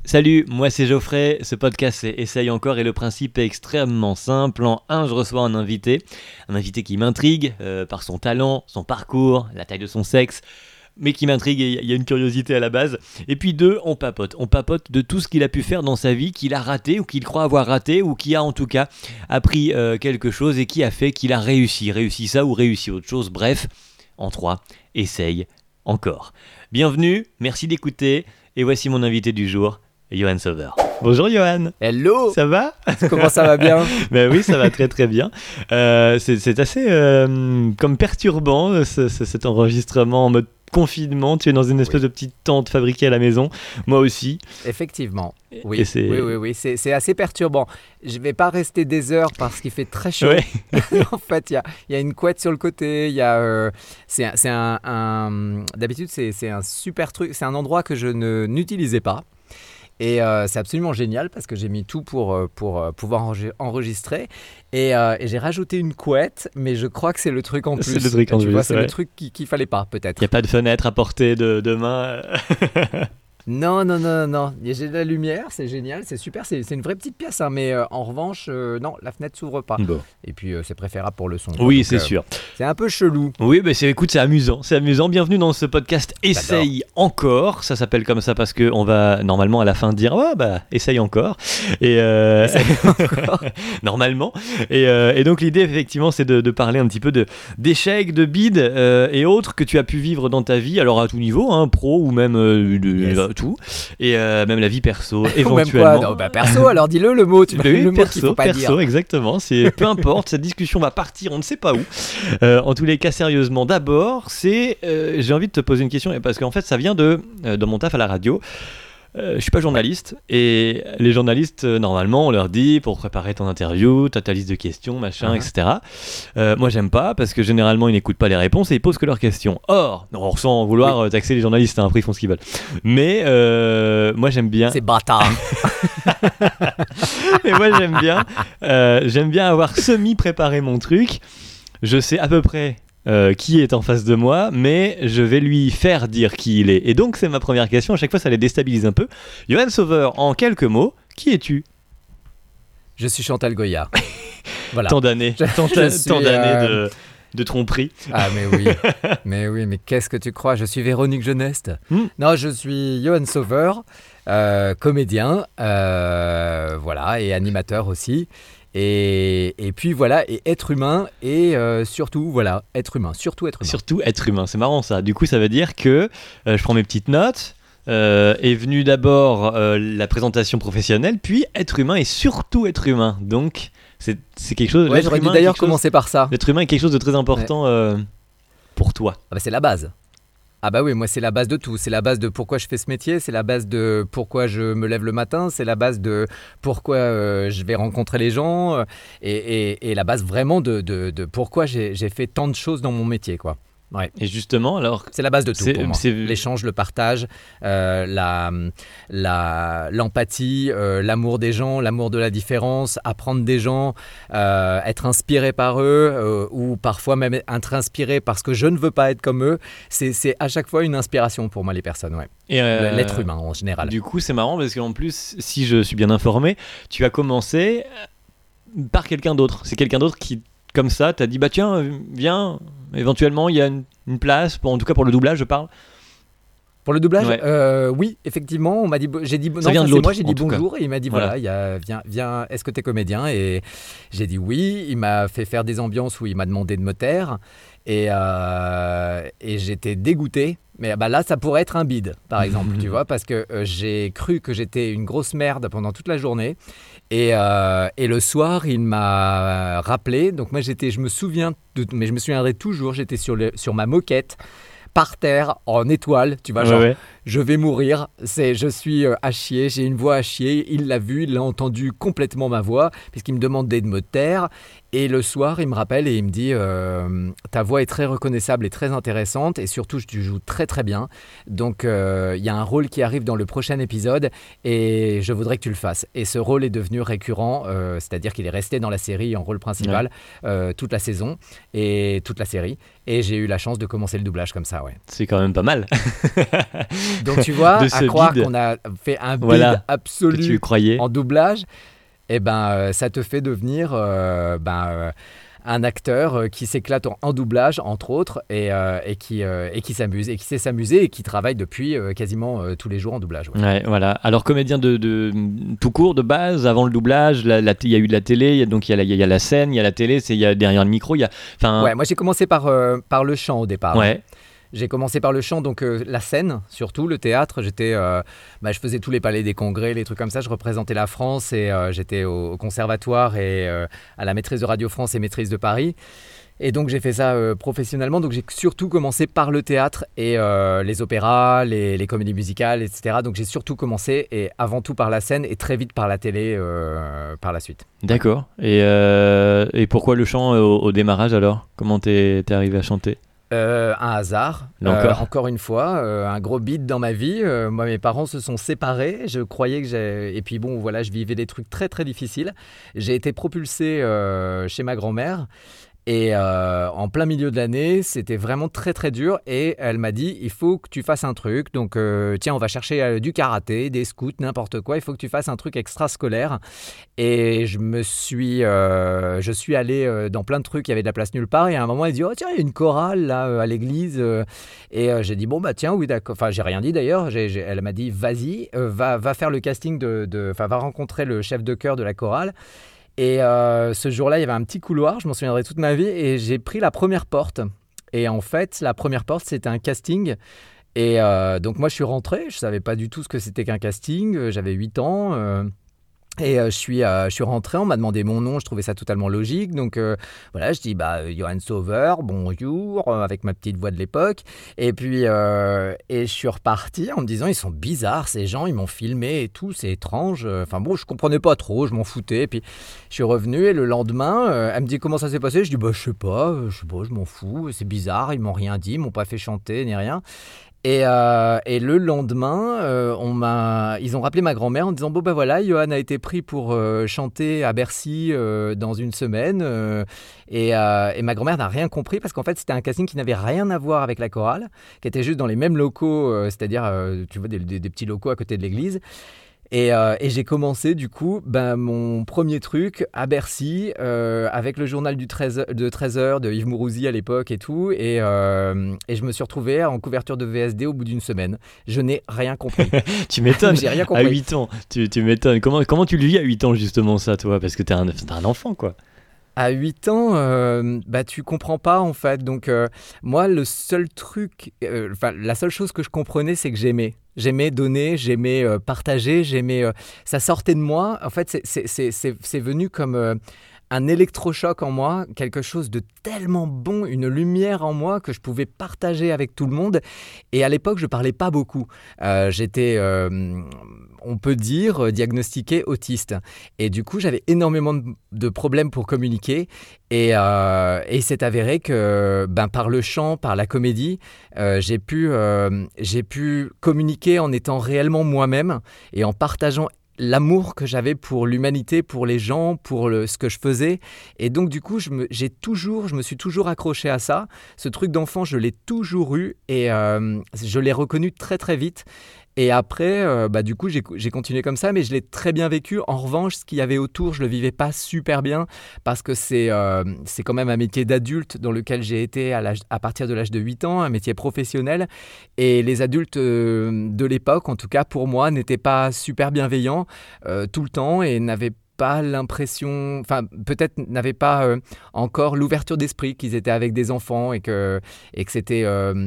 Salut, moi c'est Geoffrey, ce podcast c'est Essaye encore et le principe est extrêmement simple. En 1, je reçois un invité qui m'intrigue par son talent, son parcours, la taille de son sexe, mais qui m'intrigue et il y a une curiosité à la base. Et puis 2, on papote de tout ce qu'il a pu faire dans sa vie, qu'il a raté ou qu'il croit avoir raté ou qui a en tout cas appris quelque chose et qui a fait qu'il a réussi ça ou réussi autre chose. Bref, en 3, essaye encore. Bienvenue, merci d'écouter et voici mon invité du jour. Johan Sauver. Bonjour Johan. Hello. Ça va ? Comment ça va bien ? Ben oui, ça va très très bien. C'est assez comme perturbant cet enregistrement en mode confinement. Tu es dans une espèce de petite tente fabriquée à la maison. Moi aussi. Effectivement. Oui. Et Oui. C'est assez perturbant. Je vais pas rester des heures parce qu'il fait très chaud. Ouais. En fait, il y a une couette sur le côté. Il y a c'est un d'habitude c'est un super truc. C'est un endroit que je n'utilisais pas. Et c'est absolument génial parce que j'ai mis tout pour pouvoir enregistrer. Et j'ai rajouté une couette, mais je crois que c'est le truc en plus. C'est le truc en plus. C'est le truc qu'il fallait pas, peut-être. Il n'y a pas de fenêtre à portée de main. Non. J'ai de la lumière, c'est génial, c'est super. C'est une vraie petite pièce, hein, mais en revanche, non, la fenêtre s'ouvre pas. Bon. Et puis, c'est préférable pour le son. Oui, donc, c'est sûr. C'est un peu chelou. Oui, mais écoute, c'est amusant. Bienvenue dans ce podcast Essaye encore. Ça s'appelle comme ça parce qu'on va normalement à la fin dire essaye encore. Et Essaye encore. normalement. Et donc l'idée effectivement c'est de parler un petit peu d'échecs, de bides et autres que tu as pu vivre dans ta vie. Alors à tout niveau, hein, pro ou même tout. Et même la vie perso éventuellement. Même quoi ? Non, perso, alors dis-le le mot. Le mot qu'il faut pas dire. Perso, exactement. C'est peu importe. Cette discussion va partir, on ne sait pas où. En tous les cas, sérieusement, d'abord, j'ai envie de te poser une question parce qu'en fait, ça vient de mon taf à la radio. Je suis pas journaliste et les journalistes normalement on leur dit pour préparer ton interview t'as ta liste de questions machin etc. Moi j'aime pas parce que généralement ils n'écoutent pas les réponses et ils posent que leurs questions. Or sans vouloir taxer les journalistes, hein, après ils font ce qu'ils veulent, mais moi j'aime bien c'est bâtard. et moi j'aime bien avoir semi-préparé mon truc. Je sais à peu près qui est en face de moi, mais je vais lui faire dire qui il est. Et donc, c'est ma première question. À chaque fois, ça les déstabilise un peu. Johan Sauver, en quelques mots, qui es-tu ? Je suis Chantal Goya. Voilà. Tant d'années de tromperie. Ah, mais oui. Mais qu'est-ce que tu crois ? Je suis Véronique Geneste. Non, je suis Johan Sauver, comédien, voilà, et animateur aussi. Et puis voilà, et être humain, et surtout être humain. Surtout être humain, c'est marrant ça. Du coup, ça veut dire que je prends mes petites notes. Est venue d'abord la présentation professionnelle, puis être humain et surtout être humain. Donc, c'est quelque chose. Ouais, j'aurais dû d'ailleurs commencer par ça. L'être humain est quelque chose de très important pour toi. Ah bah c'est la base. Ah bah oui, moi c'est la base de tout, c'est la base de pourquoi je fais ce métier, c'est la base de pourquoi je me lève le matin, c'est la base de pourquoi je vais rencontrer les gens et la base vraiment de pourquoi j'ai fait tant de choses dans mon métier, quoi. Ouais. Et justement, alors... C'est la base de tout pour moi. L'échange, le partage, l'empathie, l'amour des gens, l'amour de la différence, apprendre des gens, être inspiré par eux ou parfois même être inspiré parce que je ne veux pas être comme eux. C'est à chaque fois une inspiration pour moi, les personnes. Ouais. Et l'être humain en général. Du coup, c'est marrant parce qu'en plus, si je suis bien informé, tu as commencé par quelqu'un d'autre. C'est quelqu'un d'autre qui... Comme ça, t'as dit tiens, viens, éventuellement il y a une place, en tout cas pour le doublage, je parle. Pour le doublage, ouais. Oui, effectivement, on m'a dit, j'ai dit bonjour et il m'a dit voilà, viens, est-ce que t'es comédien ? Et j'ai dit oui. Il m'a fait faire des ambiances où il m'a demandé de me taire et j'étais dégoûté. Mais là, ça pourrait être un bide, par exemple, tu vois, parce que j'ai cru que j'étais une grosse merde pendant toute la journée. Et le soir, il m'a rappelé. Donc moi, je me souviendrai toujours, j'étais sur ma moquette, par terre, en étoile, tu vois, je vais mourir, je suis à chier, j'ai une voix à chier, il l'a vu, il a entendu complètement ma voix, puisqu'il me demandait de me taire, et le soir, il me rappelle et il me dit ta voix est très reconnaissable et très intéressante, et surtout, tu joues très très bien, donc il y a un rôle qui arrive dans le prochain épisode, et je voudrais que tu le fasses. Et ce rôle est devenu récurrent, c'est-à-dire qu'il est resté dans la série en rôle principal toute la saison, et toute la série, et j'ai eu la chance de commencer le doublage comme ça, ouais. C'est quand même pas mal. Donc tu vois, à croire qu'on a fait un bide absolu en doublage, et ça te fait devenir un acteur qui s'éclate en doublage, entre autres, et qui s'amuse, et qui sait s'amuser, et qui travaille depuis quasiment tous les jours en doublage. Ouais, voilà. Alors, comédien de tout court, de base, avant le doublage, il y a eu de la télé, donc il y a la scène, il y a la télé, il y a derrière le micro, Ouais, moi j'ai commencé par le chant au départ. Ouais. J'ai commencé par le chant, donc la scène, surtout le théâtre. Je faisais tous les palais des congrès, les trucs comme ça. Je représentais la France et j'étais au conservatoire et à la maîtrise de Radio France et maîtrise de Paris. Et donc j'ai fait ça professionnellement. Donc j'ai surtout commencé par le théâtre et les opéras, les comédies musicales, etc. Donc j'ai surtout commencé et avant tout par la scène et très vite par la télé par la suite. D'accord. Et pourquoi le chant au démarrage alors ? Comment t'es arrivé à chanter ? Un hasard, encore une fois, un gros bide dans ma vie. Moi, mes parents se sont séparés. Je croyais que et puis bon, voilà, je vivais des trucs très très difficiles. J'ai été propulsé chez ma grand-mère. Et en plein milieu de l'année, c'était vraiment très très dur et elle m'a dit il faut que tu fasses un truc, donc tiens on va chercher du karaté, des scouts, n'importe quoi, il faut que tu fasses un truc extrascolaire. Et je suis allé dans plein de trucs, il y avait de la place nulle part et à un moment elle dit oh tiens il y a une chorale là à l'église et j'ai dit bon bah tiens oui d'accord, enfin j'ai rien dit d'ailleurs, elle m'a dit vas-y, va faire le casting va rencontrer le chef de chœur de la chorale. Et ce jour-là, il y avait un petit couloir, je m'en souviendrai toute ma vie, et j'ai pris la première porte. Et en fait, la première porte, c'était un casting. Et donc moi, je suis rentré, je ne savais pas du tout ce que c'était qu'un casting, j'avais 8 ans. Et je suis rentré, on m'a demandé mon nom, je trouvais ça totalement logique. Donc voilà, je dis Johan Sauveur, bonjour, avec ma petite voix de l'époque. Et puis je suis reparti en me disant ils sont bizarres ces gens, ils m'ont filmé et tout, c'est étrange. Enfin bon, je comprenais pas trop, je m'en foutais. Et puis je suis revenu et le lendemain, elle me dit comment ça s'est passé. Je dis je sais pas, je m'en fous, c'est bizarre, ils m'ont rien dit, ils m'ont pas fait chanter ni rien. Et le lendemain, ils ont rappelé ma grand-mère en disant bon ben voilà, Johan a été pris pour chanter à Bercy dans une semaine. Et ma grand-mère n'a rien compris parce qu'en fait c'était un casting qui n'avait rien à voir avec la chorale, qui était juste dans les mêmes locaux, c'est-à-dire tu vois des petits locaux à côté de l'église. Et j'ai commencé du coup mon premier truc à Bercy avec le journal de 13h de Yves Mourouzi à l'époque et tout. Et je me suis retrouvé en couverture de VSD au bout d'une semaine. Je n'ai rien compris. Tu m'étonnes, j'ai rien compris. À 8 ans, tu m'étonnes. Comment tu le vis à 8 ans justement ça toi ? Parce que t'es un enfant quoi. À 8 ans, tu comprends pas en fait. Donc moi, le seul truc, la seule chose que je comprenais, c'est que j'aimais. J'aimais donner, j'aimais partager, ça sortait de moi. En fait, c'est venu comme un électrochoc en moi, quelque chose de tellement bon, une lumière en moi que je pouvais partager avec tout le monde. Et à l'époque, je parlais pas beaucoup. J'étais, on peut dire, diagnostiqué autiste. Et du coup, j'avais énormément de problèmes pour communiquer. Et c'est avéré que par le chant, par la comédie, j'ai pu communiquer en étant réellement moi-même et en partageant l'amour que j'avais pour l'humanité, pour les gens, pour ce que je faisais. Et donc du coup, je me suis toujours accroché à ça. Ce truc d'enfant, je l'ai toujours eu et je l'ai reconnu très très vite. Et après, du coup, j'ai continué comme ça, mais je l'ai très bien vécu. En revanche, ce qu'il y avait autour, je le vivais pas super bien parce que c'est quand même un métier d'adulte dans lequel j'ai été à partir de l'âge de 8 ans, un métier professionnel. Et les adultes de l'époque, en tout cas pour moi, n'étaient pas super bienveillants tout le temps et n'avaient pas l'impression, enfin peut-être n'avaient pas encore l'ouverture d'esprit qu'ils étaient avec des enfants et que c'était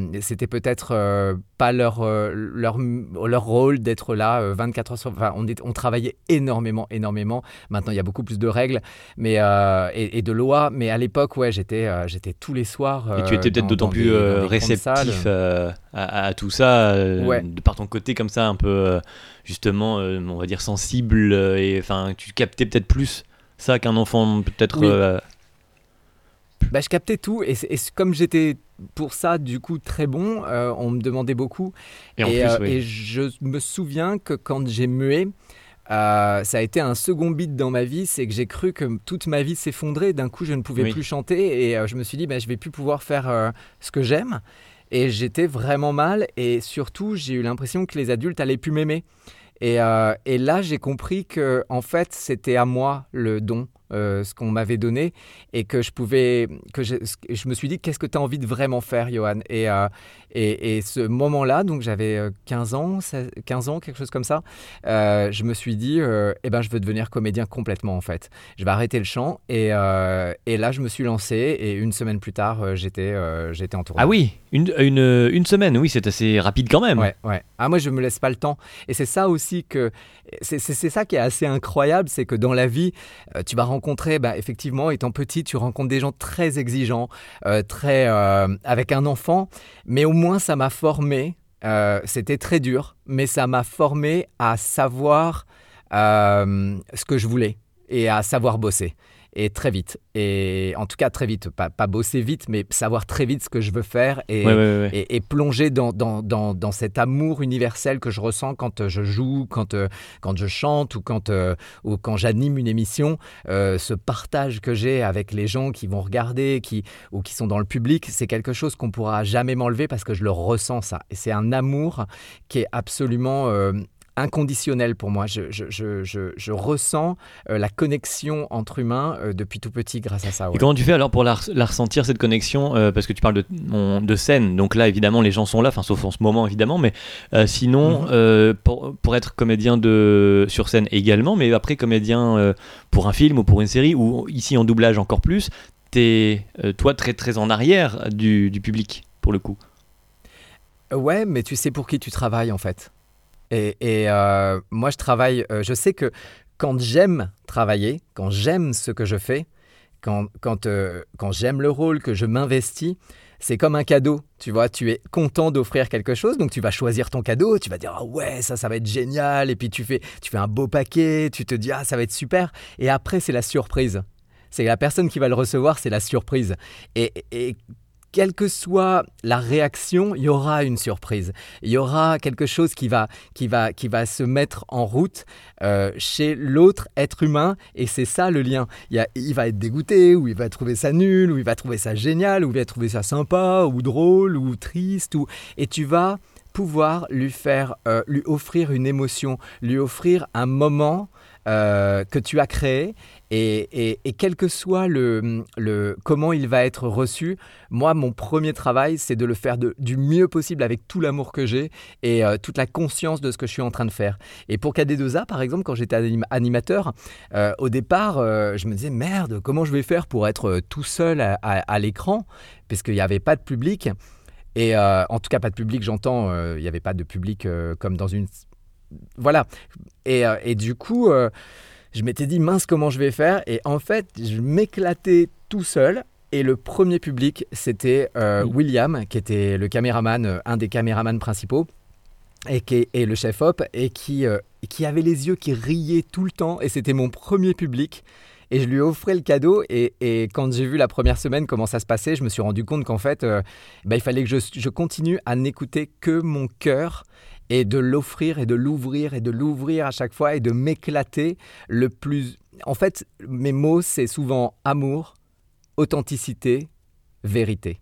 pas leur rôle d'être là 24 heures sur... Enfin, on travaillait énormément. Maintenant, il y a beaucoup plus de règles et de lois, mais à l'époque, ouais, j'étais tous les soirs. Et tu étais peut-être d'autant plus réceptif à tout ça, ouais. Par ton côté comme ça, un peu justement, on va dire sensible, et enfin, tu captais peut-être plus ça qu'un enfant peut-être. Oui. Je captais tout et comme j'étais pour ça du coup très bon, on me demandait beaucoup et je me souviens que quand j'ai mué, ça a été un second beat dans ma vie, c'est que j'ai cru que toute ma vie s'effondrait, d'un coup je ne pouvais plus chanter et je me suis dit je vais plus pouvoir faire ce que j'aime. Et j'étais vraiment mal. Et surtout, j'ai eu l'impression que les adultes allaient plus m'aimer. Et là, j'ai compris que en fait, c'était à moi le don, ce qu'on m'avait donné, et que je me suis dit, qu'est-ce que tu as envie de vraiment faire, Johan? Et ce moment-là, donc j'avais 15 ans, quelque chose comme ça, je me suis dit, je veux devenir comédien complètement, en fait. Je vais arrêter le chant, et là, je me suis lancé, et une semaine plus tard, j'étais en tournée. Ah oui, une semaine, oui, c'est assez rapide quand même. Ouais. Ah, moi, je me laisse pas le temps. Et c'est ça aussi c'est ça qui est assez incroyable, c'est que dans la vie, tu vas rencontrer, effectivement, étant petit, tu rencontres des gens très exigeants, avec un enfant, mais au moins ça m'a formé. C'était très dur, mais ça m'a formé à savoir ce que je voulais et à savoir bosser. Et très vite. Et en tout cas, très vite. Pas bosser vite, mais savoir très vite ce que je veux faire et plonger dans cet amour universel que je ressens quand je joue, quand je chante ou quand j'anime une émission. Ce partage que j'ai avec les gens qui vont regarder ou qui sont dans le public, c'est quelque chose qu'on ne pourra jamais m'enlever parce que je le ressens, ça. Et c'est un amour qui est absolument inconditionnel pour moi. Je ressens la connexion entre humains depuis tout petit grâce à ça. Ouais. Et comment tu fais alors pour la ressentir, cette connexion parce que tu parles de scène, donc là évidemment les gens sont là, sauf en ce moment évidemment, mais sinon pour être comédien sur scène également, mais après comédien pour un film ou pour une série, ou ici en doublage encore plus, t'es toi très très en arrière du public pour le coup. Ouais, mais tu sais pour qui tu travailles en fait. Et moi, je travaille. Je sais que quand j'aime travailler, quand j'aime ce que je fais, quand j'aime le rôle, que je m'investis, c'est comme un cadeau. Tu vois, tu es content d'offrir quelque chose, donc tu vas choisir ton cadeau, tu vas dire « Ah ouais, ça va être génial », et puis tu fais un beau paquet, tu te dis « Ah, ça va être super », et après, c'est la surprise. C'est la personne qui va le recevoir, c'est la surprise. Et quelle que soit la réaction, il y aura une surprise. Il y aura quelque chose qui va se mettre en route chez l'autre être humain, et c'est ça le lien. Il va être dégoûté, ou il va trouver ça nul, ou il va trouver ça génial, ou il va trouver ça sympa, ou drôle, ou triste, et tu vas pouvoir lui offrir une émotion, lui offrir un moment que tu as créé, et quel que soit comment il va être reçu, moi, mon premier travail, c'est de le faire du mieux possible avec tout l'amour que j'ai et toute la conscience de ce que je suis en train de faire. Et pour KD2A, par exemple, quand j'étais animateur, au départ, je me disais, merde, comment je vais faire pour être tout seul à l'écran, parce qu'il n'y avait pas de public. Et en tout cas, pas de public, j'entends, il n'y avait pas de public comme dans une... Voilà. Et du coup, je m'étais dit, mince, comment je vais faire? Et en fait, je m'éclatais tout seul. Et le premier public, c'était William, qui était le caméraman, un des caméramans principaux, et le chef-op, et qui avait les yeux qui riaient tout le temps. Et c'était mon premier public. Et je lui offrais le cadeau, et quand j'ai vu la première semaine comment ça se passait, je me suis rendu compte qu'en fait, il fallait que je continue à n'écouter que mon cœur, et de l'offrir et de l'ouvrir à chaque fois, et de m'éclater le plus... En fait, mes mots, c'est souvent amour, authenticité, vérité.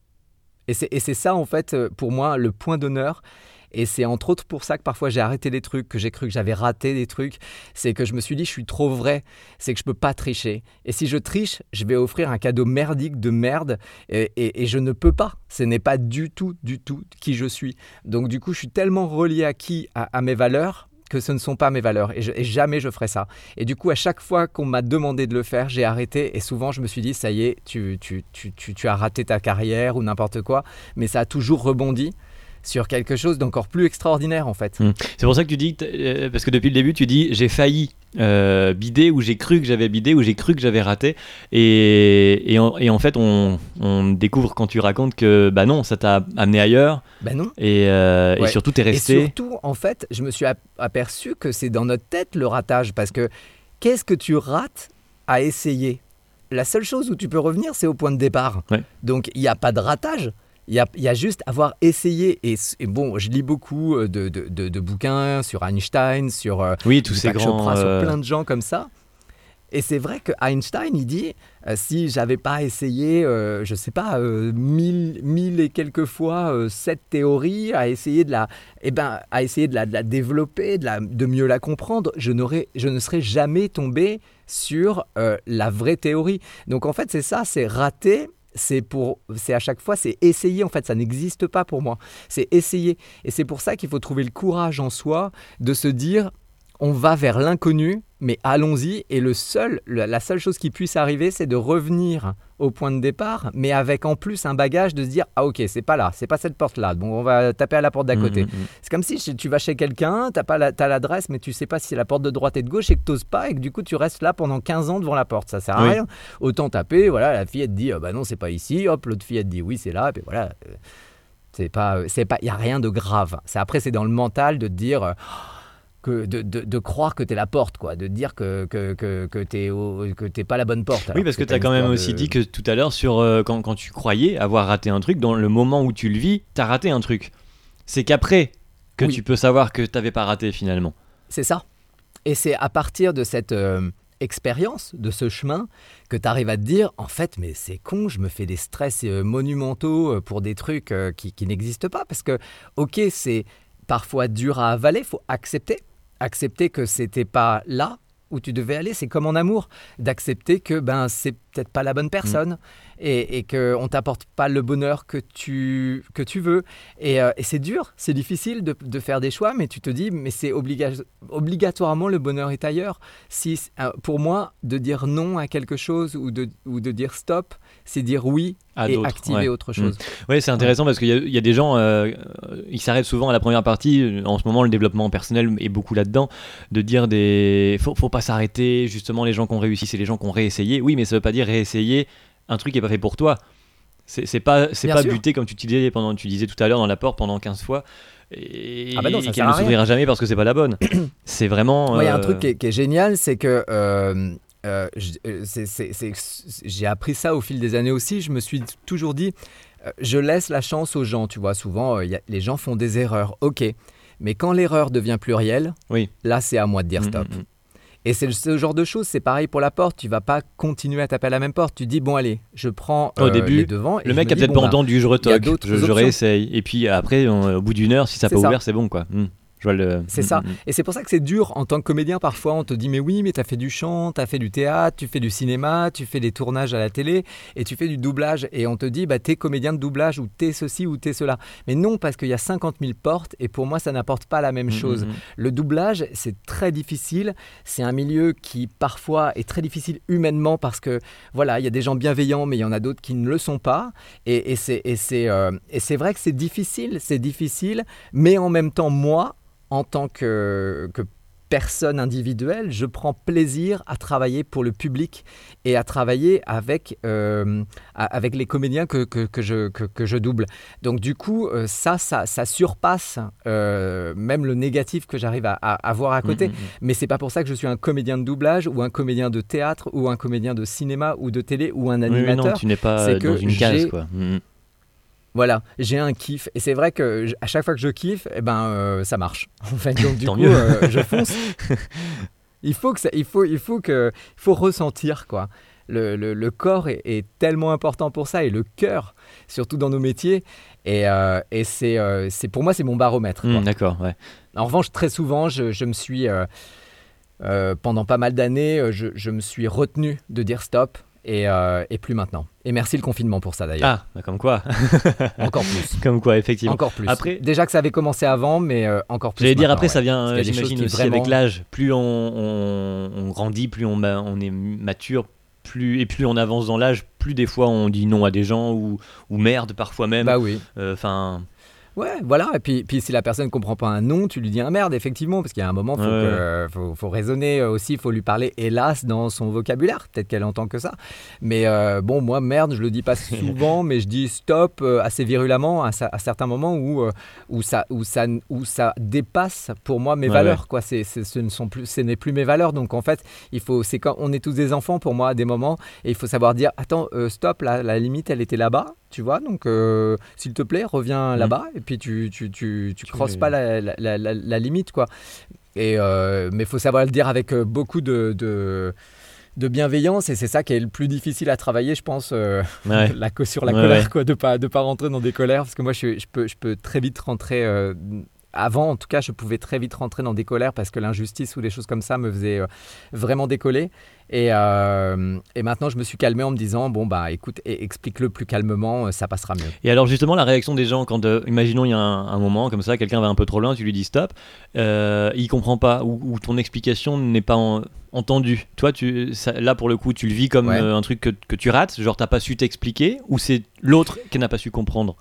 Et c'est ça, en fait, pour moi, le point d'honneur. Et c'est entre autres pour ça que parfois j'ai arrêté des trucs, que j'ai cru que j'avais raté des trucs. C'est que je me suis dit, je suis trop vrai, c'est que je peux pas tricher. Et si je triche, je vais offrir un cadeau merdique de merde, et je ne peux pas. Ce n'est pas du tout qui je suis. Donc du coup, je suis tellement relié à mes valeurs, que ce ne sont pas mes valeurs, et jamais je ferai ça. Et du coup, à chaque fois qu'on m'a demandé de le faire, j'ai arrêté, et souvent je me suis dit, ça y est, tu as raté ta carrière ou n'importe quoi, mais ça a toujours rebondi sur quelque chose d'encore plus extraordinaire en fait. C'est pour ça que tu dis, parce que depuis le début tu dis j'ai failli bider, ou j'ai cru que j'avais bidé, ou j'ai cru que j'avais raté, et en fait on découvre quand tu racontes que bah non, ça t'a amené ailleurs, non. Et surtout t'es resté. Et surtout en fait je me suis aperçu que c'est dans notre tête le ratage, parce que qu'est-ce que tu rates à essayer? La seule chose où tu peux revenir, c'est au point de départ. Donc il n'y a pas de ratage. Il y a juste avoir essayé. Et bon, je lis beaucoup de bouquins sur Einstein, sur tous ces grands... Chopra, sur plein de gens comme ça. Et c'est vrai que Einstein, il dit, si j'avais pas essayé, je sais pas, mille et quelques fois cette théorie, à essayer de la développer, de mieux la comprendre, je ne serais jamais tombé sur la vraie théorie. Donc en fait, c'est ça, c'est rater. C'est à chaque fois, c'est essayer. En fait, ça n'existe pas pour moi. C'est essayer. Et c'est pour ça qu'il faut trouver le courage en soi de se dire, on va vers l'inconnu, mais allons-y. Et la seule chose qui puisse arriver, c'est de revenir au point de départ, mais avec en plus un bagage de se dire, ah ok, c'est pas là, c'est pas cette porte-là. Bon, on va taper à la porte d'à côté. C'est comme si tu vas chez quelqu'un, t'as l'adresse, mais tu sais pas si c'est la porte de droite et de gauche et que t'oses pas et que du coup tu restes là pendant 15 ans devant la porte. Ça sert à rien. Autant taper, voilà, la fille elle te dit, bah non, c'est pas ici. Hop, l'autre fille elle te dit, oui, c'est là. Et puis voilà. Il y a rien de grave. Après, c'est dans le mental de te dire. De croire que t'es la porte, quoi, de dire que t'es pas la bonne porte. Oui, parce que t'as quand même aussi dit que tout à l'heure, quand tu croyais avoir raté un truc, dans le moment où tu le vis, t'as raté un truc. C'est qu'après que tu peux savoir que t'avais pas raté finalement. C'est ça. Et c'est à partir de cette expérience, de ce chemin, que t'arrives à te dire, en fait, mais c'est con, je me fais des stress monumentaux pour des trucs qui n'existent pas. Parce que, ok, c'est parfois dur à avaler, il faut accepter que c'était pas là où tu devais aller. C'est comme en amour, d'accepter que c'est peut-être pas la bonne personne et qu'on t'apporte pas le bonheur que tu veux. Et c'est dur, c'est difficile de faire des choix, mais tu te dis, mais c'est obligatoirement le bonheur est ailleurs. Pour moi, de dire non à quelque chose ou de dire stop, c'est dire oui et activer autre chose. Oui, c'est intéressant parce qu'il y a des gens, ils s'arrêtent souvent à la première partie. En ce moment, le développement personnel est beaucoup là-dedans, de dire faut pas s'arrêter. Justement, les gens qui ont réussi, c'est les gens qui ont réessayé. Oui, mais ça veut pas dire réessayer un truc qui est pas fait pour toi. C'est pas buter comme tu disais tout à l'heure dans la porte pendant 15 fois et qu'elle ne s'ouvrira jamais parce que c'est pas la bonne. C'est vraiment. Il y a un truc qui est génial, c'est que j'ai appris ça au fil des années aussi. Je me suis toujours dit, je laisse la chance aux gens. Tu vois, souvent les gens font des erreurs. Ok, mais quand l'erreur devient plurielle, là c'est à moi de dire stop. Et c'est ce genre de choses, c'est pareil pour la porte. Tu vas pas continuer à taper à la même porte. Tu dis, bon allez, je prends au début, les devants. Le mec a peut-être pas entendu, je retoque, je réessaye. Et puis après, au bout d'une heure, si ça n'a pas ouvert, c'est bon quoi. C'est ça. Et c'est pour ça que c'est dur en tant que comédien. Parfois, on te dit, mais oui, mais tu as fait du chant, tu as fait du théâtre, tu fais du cinéma, tu fais des tournages à la télé et tu fais du doublage. Et on te dit, t'es comédien de doublage ou t'es ceci ou t'es cela. Mais non, parce qu'il y a 50 000 portes et pour moi, ça n'apporte pas la même chose. Le doublage, c'est très difficile. C'est un milieu qui, parfois, est très difficile humainement parce que, voilà, il y a des gens bienveillants, mais il y en a d'autres qui ne le sont pas. Et c'est vrai que c'est difficile, mais en même temps, moi, en tant que personne individuelle, je prends plaisir à travailler pour le public et à travailler avec les comédiens que je double. Donc du coup, ça surpasse même le négatif que j'arrive à voir à côté. Mais c'est pas pour ça que je suis un comédien de doublage ou un comédien de théâtre ou un comédien de cinéma ou de télé ou un animateur. Oui, non, tu n'es pas dans une case, quoi. Voilà, j'ai un kiff et c'est vrai que à chaque fois que je kiffe, ça marche. En fait, donc du coup, je fonce. Il faut ressentir quoi. Le corps est tellement important pour ça et le cœur, surtout dans nos métiers. Et c'est pour moi c'est mon baromètre. D'accord, ouais. En revanche, très souvent, je me suis pendant pas mal d'années, je me suis retenu de dire stop. Et plus maintenant. Et merci le confinement pour ça d'ailleurs. Ah, comme quoi. Encore plus. Comme quoi, effectivement. Encore plus. Après, déjà que ça avait commencé avant, mais encore plus. J'allais dire après, ça vient, j'imagine aussi avec l'âge. Plus on grandit, plus on est mature, plus on avance dans l'âge, plus des fois on dit non à des gens ou merde parfois même. Bah oui. Ouais, voilà. Et puis si la personne ne comprend pas un non, tu lui dis un merde, effectivement, parce qu'il y a un moment, faut raisonner aussi, il faut lui parler, hélas, dans son vocabulaire. Peut-être qu'elle entend que ça. Mais moi, merde, je le dis pas souvent, mais je dis stop assez virulemment à certains moments où ça dépasse pour moi mes valeurs. Quoi. Ce n'est plus mes valeurs. Donc en fait, c'est quand on est tous des enfants pour moi à des moments, et il faut savoir dire, attends, stop, la limite, elle était là-bas. Tu vois, donc s'il te plaît, reviens là-bas et puis tu crosses pas la limite, quoi. Mais il faut savoir le dire avec beaucoup de bienveillance, et c'est ça qui est le plus difficile à travailler, je pense, sur la colère, quoi, de pas rentrer dans des colères, parce que moi je peux très vite rentrer avant, en tout cas, je pouvais très vite rentrer dans des colères parce que l'injustice ou des choses comme ça me faisaient vraiment décoller. Et maintenant, je me suis calmé en me disant, bon, bah écoute, explique-le plus calmement, ça passera mieux. Et alors justement, la réaction des gens quand, imaginons, il y a un moment comme ça, quelqu'un va un peu trop loin, tu lui dis stop, il comprend pas, ou ton explication n'est pas entendue. Toi, là pour le coup, tu le vis comme un truc que tu rates, genre t'as pas su t'expliquer, ou c'est l'autre qui n'a pas su comprendre?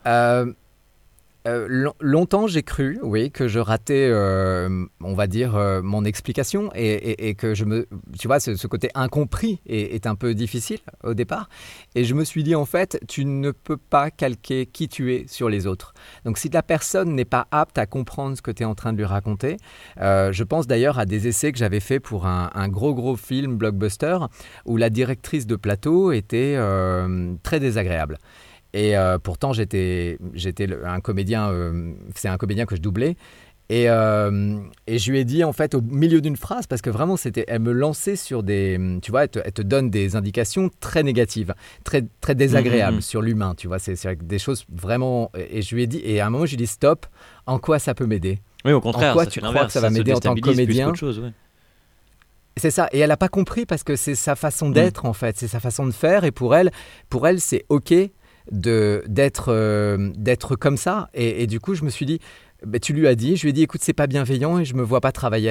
Longtemps, j'ai cru, oui, que je ratais, on va dire, mon explication et que tu vois, ce côté incompris est un peu difficile au départ. Et je me suis dit, en fait, tu ne peux pas calquer qui tu es sur les autres. Donc, si la personne n'est pas apte à comprendre ce que tu es en train de lui raconter, je pense d'ailleurs à des essais que j'avais fait pour un gros film blockbuster où la directrice de plateau était très désagréable. Et pourtant, j'étais un comédien, c'est un comédien que je doublais. Et je lui ai dit, en fait, au milieu d'une phrase, parce que vraiment, elle me lançait sur des... Tu vois, elle te donne des indications très négatives, très, très désagréables sur l'humain, tu vois. C'est des choses vraiment... Et je lui ai dit, et à un moment, je lui ai dit, stop, en quoi ça peut m'aider? Oui, au contraire, en quoi tu crois que ça va m'aider en tant que comédien? C'est ça, et elle n'a pas compris parce que c'est sa façon d'être, en fait, c'est sa façon de faire, et pour elle c'est OK d'être comme ça, et du coup je me suis dit, tu lui as dit, je lui ai dit, écoute, c'est pas bienveillant et je me vois pas travailler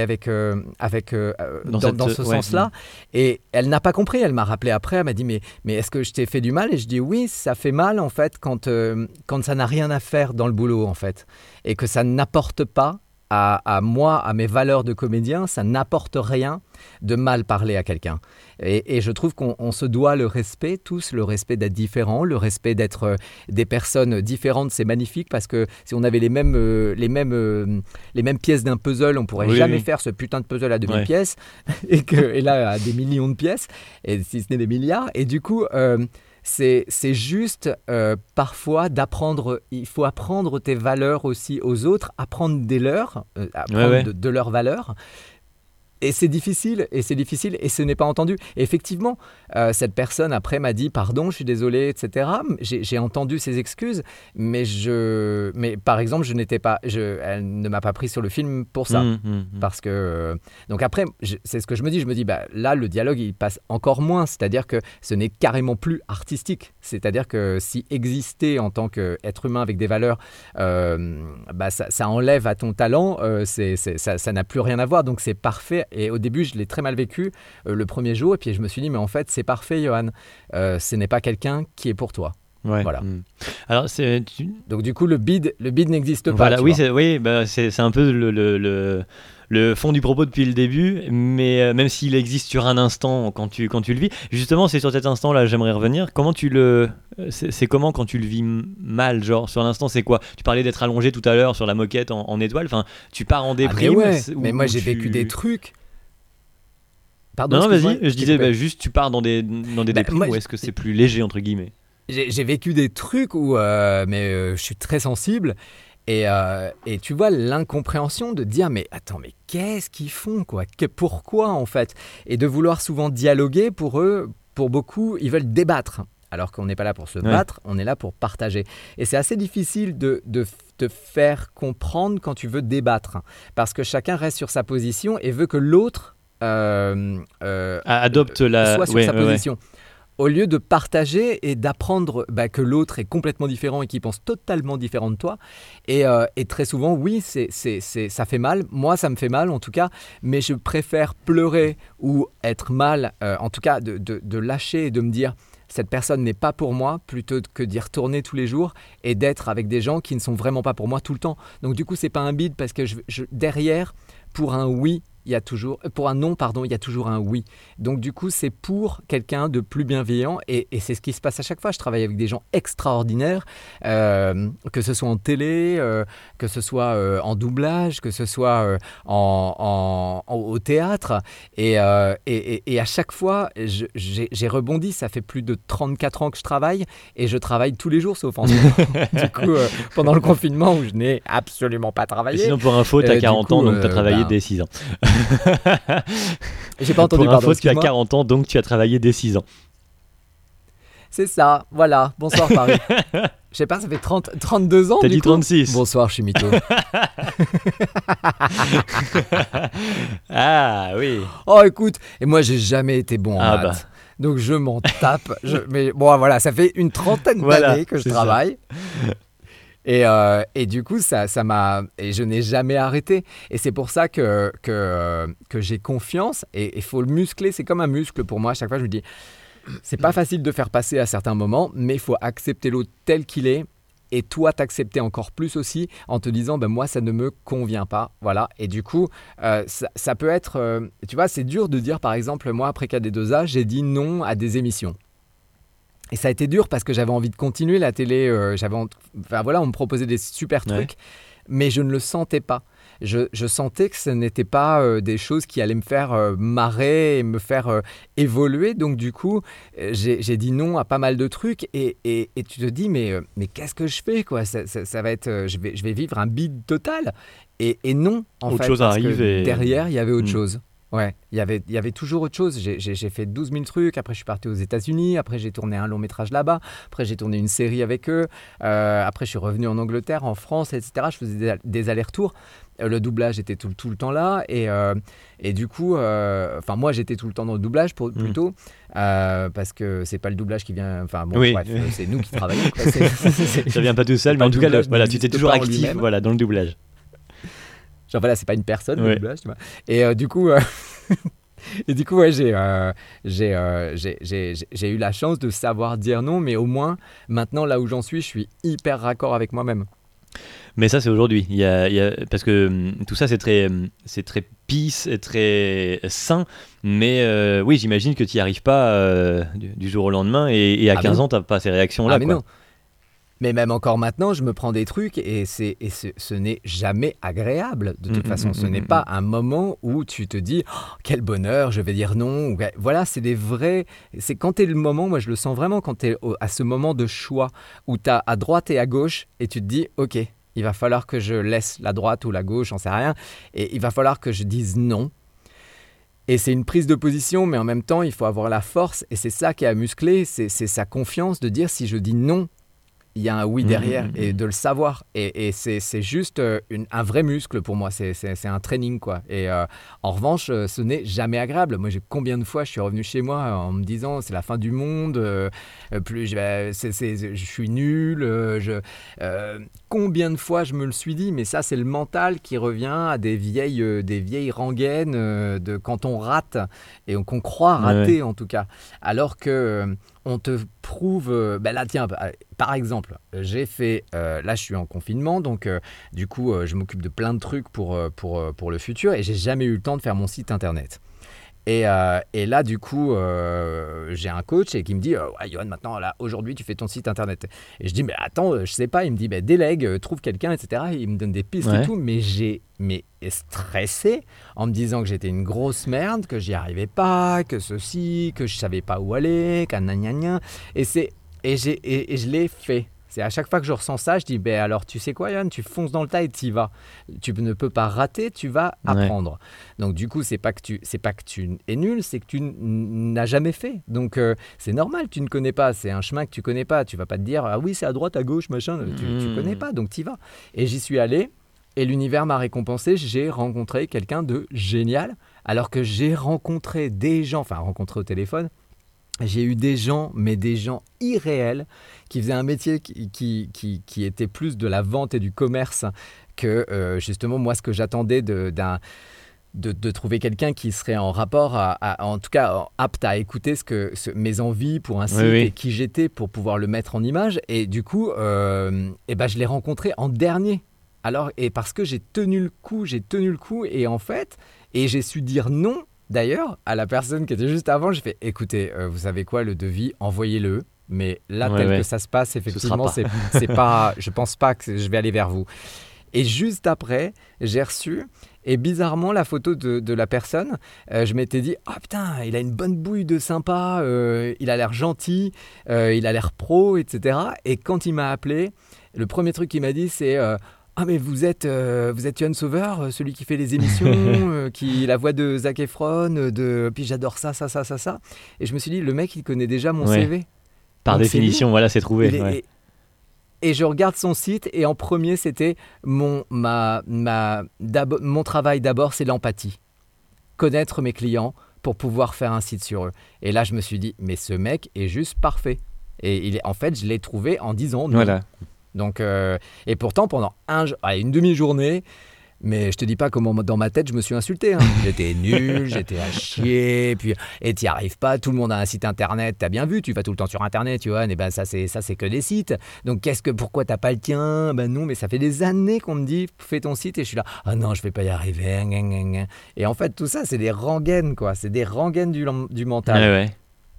dans ce sens-là. Et elle n'a pas compris, elle m'a rappelé après, elle m'a dit, mais est-ce que je t'ai fait du mal? Et je dis, oui, ça fait mal en fait quand ça n'a rien à faire dans le boulot en fait, et que ça n'apporte pas à moi, à mes valeurs de comédien, ça n'apporte rien de mal parler à quelqu'un. Et je trouve qu'on se doit le respect, tous, le respect d'être différent, le respect d'être des personnes différentes, c'est magnifique, parce que si on avait les mêmes pièces d'un puzzle, on pourrait jamais faire ce putain de puzzle à demi-pièces, et là, à des millions de pièces, et si ce n'est des milliards, et du coup... C'est juste parfois d'apprendre, il faut apprendre tes valeurs aussi aux autres, apprendre des leurs, apprendre de leurs valeurs. Et c'est difficile, et ce n'est pas entendu. Et effectivement, cette personne après m'a dit pardon, je suis désolé, etc. J'ai entendu ses excuses, mais par exemple, elle ne m'a pas pris sur le film pour ça, parce que donc après, c'est ce que je me dis. Je me dis, là, le dialogue il passe encore moins, c'est-à-dire que ce n'est carrément plus artistique. C'est-à-dire que si exister en tant qu'être humain avec des valeurs, ça enlève à ton talent, ça n'a plus rien à voir. Donc c'est parfait. Et au début, je l'ai très mal vécu le premier jour. Et puis je me suis dit, mais en fait, c'est parfait, Johan. Ce n'est pas quelqu'un qui est pour toi. Ouais. Voilà. Alors, donc du coup, le bid n'existe pas. Voilà, c'est un peu le fond du propos depuis le début, mais même s'il existe sur un instant quand tu le vis. Justement, c'est sur cet instant-là j'aimerais revenir. C'est comment quand tu le vis mal, genre sur l'instant, c'est quoi? Tu parlais d'être allongé tout à l'heure sur la moquette en étoile, enfin, tu pars en déprime. Mais moi j'ai vécu des trucs. Pardon, non, vas-y, je disais juste tu pars dans des déprimes, ou est-ce que c'est plus léger entre guillemets? J'ai vécu des trucs où je suis très sensible. Et tu vois l'incompréhension de dire mais attends, mais qu'est-ce qu'ils font quoi? Pourquoi en fait? Et de vouloir souvent dialoguer, pour eux, pour beaucoup, ils veulent débattre. Alors qu'on n'est pas là pour se battre, on est là pour partager. Et c'est assez difficile de te faire comprendre quand tu veux débattre, parce que chacun reste sur sa position et veut que l'autre adopte soit sur sa position. Au lieu de partager et d'apprendre que l'autre est complètement différent et qu'il pense totalement différent de toi. Et très souvent, oui, ça fait mal. Moi, ça me fait mal en tout cas. Mais je préfère pleurer ou être mal, en tout cas de lâcher et de me dire cette personne n'est pas pour moi, plutôt que d'y retourner tous les jours et d'être avec des gens qui ne sont vraiment pas pour moi tout le temps. Donc du coup, c'est pas un bide, parce que derrière, pour un oui, pour un non, pardon, il y a toujours un oui. Donc du coup, c'est pour quelqu'un de plus bienveillant, et c'est ce qui se passe à chaque fois. Je travaille avec des gens extraordinaires, que ce soit en télé, que ce soit en doublage, que ce soit au théâtre, et à chaque fois, j'ai rebondi. Ça fait plus de 34 ans que je travaille, et je travaille tous les jours, sauf en ce moment. Du coup, pendant le confinement où je n'ai absolument pas travaillé. Et sinon, pour info, tu as 40 ans, donc tu as travaillé dès 6 ans. J'ai pas entendu, Pour pardon. info, tu as 40 ans, donc tu as travaillé dès 6 ans. C'est ça, voilà. Bonsoir Paris. Je sais pas, ça fait 32 ans. T'as dit 36. Bonsoir, je suis mytho. Ah oui. Oh écoute, et moi j'ai jamais été bon en maths. Bah. Donc je m'en tape. Mais bon voilà, ça fait une trentaine d'années que je travaille. Et du coup, ça m'a... Et je n'ai jamais arrêté. Et c'est pour ça que j'ai confiance. Et il faut le muscler. C'est comme un muscle pour moi. À chaque fois, je me dis, c'est pas facile de faire passer à certains moments, mais il faut accepter l'autre tel qu'il est. Et toi, t'accepter encore plus aussi en te disant, ben moi, ça ne me convient pas. Voilà. Et du coup, ça peut être... tu vois, c'est dur de dire, par exemple, moi, après KD2A, j'ai dit non à des émissions. Et ça a été dur parce que j'avais envie de continuer la télé. Enfin voilà, on me proposait des super trucs, mais je ne le sentais pas. Je sentais que ce n'était pas des choses qui allaient me faire marrer et me faire évoluer. Donc du coup, j'ai dit non à pas mal de trucs. Et tu te dis, mais qu'est-ce que je fais quoi, ça va être, je vais vivre un bide total. Et non, en autre fait, chose parce arrive que derrière, il y avait autre chose. Ouais, il y avait toujours autre chose. J'ai fait 12 000 trucs. Après, je suis parti aux États-Unis. Après, j'ai tourné un long métrage là-bas. Après, j'ai tourné une série avec eux. Après, je suis revenu en Angleterre, en France, etc. Je faisais des allers-retours. Le doublage était tout le temps là. Et du coup, moi, j'étais tout le temps dans le doublage plutôt. Parce que c'est pas le doublage qui vient. Enfin, bon, bref, c'est nous qui travaillons. Quoi. Ça vient pas tout seul, mais en tout cas, voilà, tu étais toujours actif dans le doublage. Genre voilà, c'est pas une personne le doublage, tu vois. Et du coup, ouais, j'ai eu la chance de savoir dire non, mais au moins maintenant là où j'en suis, je suis hyper raccord avec moi-même. Mais ça c'est aujourd'hui. Parce que tout ça c'est très peace et très sain. Mais oui, j'imagine que tu n'y arrives pas du jour au lendemain et à 15 ans t'as pas ces réactions là. Mais non. Mais même encore maintenant, je me prends des trucs et ce n'est jamais agréable. De toute façon, ce n'est pas un moment où tu te dis oh, quel bonheur, je vais dire non. Voilà, c'est des vrais. C'est quand tu es le moment, moi je le sens vraiment quand tu es à ce moment de choix où tu as à droite et à gauche et tu te dis ok, il va falloir que je laisse la droite ou la gauche, j'en sais rien, et il va falloir que je dise non. Et c'est une prise de position, mais en même temps, il faut avoir la force et c'est ça qui est à muscler, c'est sa confiance de dire si je dis non, il y a un oui derrière et de le savoir. Et c'est juste un vrai muscle pour moi. C'est un training, quoi. Et en revanche, ce n'est jamais agréable. Moi, combien de fois je suis revenu chez moi en me disant c'est la fin du monde, je suis nul. Combien de fois je me le suis dit, mais ça, c'est le mental qui revient à des vieilles rengaines de quand on rate et qu'on croit rater en tout cas. Alors que... on te prouve... là, tiens, par exemple, j'ai fait... là, je suis en confinement, donc du coup, je m'occupe de plein de trucs pour le futur et j'ai jamais eu le temps de faire mon site internet. Et là, du coup, j'ai un coach qui me dit ouais, Yoann, maintenant, là, aujourd'hui, tu fais ton site internet. Et je dis mais attends, je sais pas. Il me dit délègue, trouve quelqu'un, etc. Il me donne des pistes et tout, mais j'ai stressé en me disant que j'étais une grosse merde, que j'y arrivais pas, que ceci, que je savais pas où aller, qu'un gna. Et je l'ai fait. C'est à chaque fois que je ressens ça, je dis alors tu sais quoi Yoann, tu fonces dans le tas et tu y vas. Tu ne peux pas rater, tu vas apprendre. Donc du coup, c'est pas que tu es nul, c'est que tu n'as jamais fait. Donc c'est normal, tu ne connais pas, c'est un chemin que tu connais pas. Tu vas pas te dire ah oui, c'est à droite, à gauche, machin, tu connais pas, donc tu y vas. Et j'y suis allé et l'univers m'a récompensé, j'ai rencontré quelqu'un de génial alors que j'ai rencontré des gens, enfin rencontré au téléphone. J'ai eu des gens, mais des gens irréels, qui faisaient un métier qui était plus de la vente et du commerce que justement moi ce que j'attendais de trouver quelqu'un qui serait en rapport, en tout cas apte à écouter mes envies pour un site et qui j'étais pour pouvoir le mettre en image. Et du coup, je l'ai rencontré en dernier. Alors, et parce que j'ai tenu le coup et en fait, et j'ai su dire non. D'ailleurs, à la personne qui était juste avant, j'ai fait écoutez, vous savez quoi, le devis, envoyez-le. Mais là, que ça se passe, effectivement, c'est pas, je pense pas que je vais aller vers vous. Et juste après, j'ai reçu, et bizarrement, la photo de la personne, je m'étais dit ah putain, il a une bonne bouille de sympa, il a l'air gentil, il a l'air pro, etc. Et quand il m'a appelé, le premier truc qu'il m'a dit, c'est Ah mais vous êtes Johan Sauveur, celui qui fait les émissions, qui la voix de Zac Efron, puis j'adore ça. Et je me suis dit, le mec, il connaît déjà mon CV. Par Donc, définition, voilà, c'est trouvé. Et je regarde son site et en premier, c'était mon travail d'abord, c'est l'empathie. Connaître mes clients pour pouvoir faire un site sur eux. Et là, je me suis dit, mais ce mec est juste parfait. Et en fait, je l'ai trouvé en 10 ans. Voilà. Donc, et pourtant, pendant une demi-journée, mais je te dis pas comment dans ma tête je me suis insulté. J'étais nul, j'étais à chier, et t'y arrives pas. Tout le monde a un site internet, t'as bien vu, tu vas tout le temps sur internet, tu vois. Et ben ça c'est que des sites. Donc pourquoi t'as pas le tien? Ben non, mais ça fait des années qu'on me dit fais ton site et je suis là. Ah non, je vais pas y arriver. Et en fait tout ça c'est des rengaines quoi. C'est des rengaines du mental. Ouais.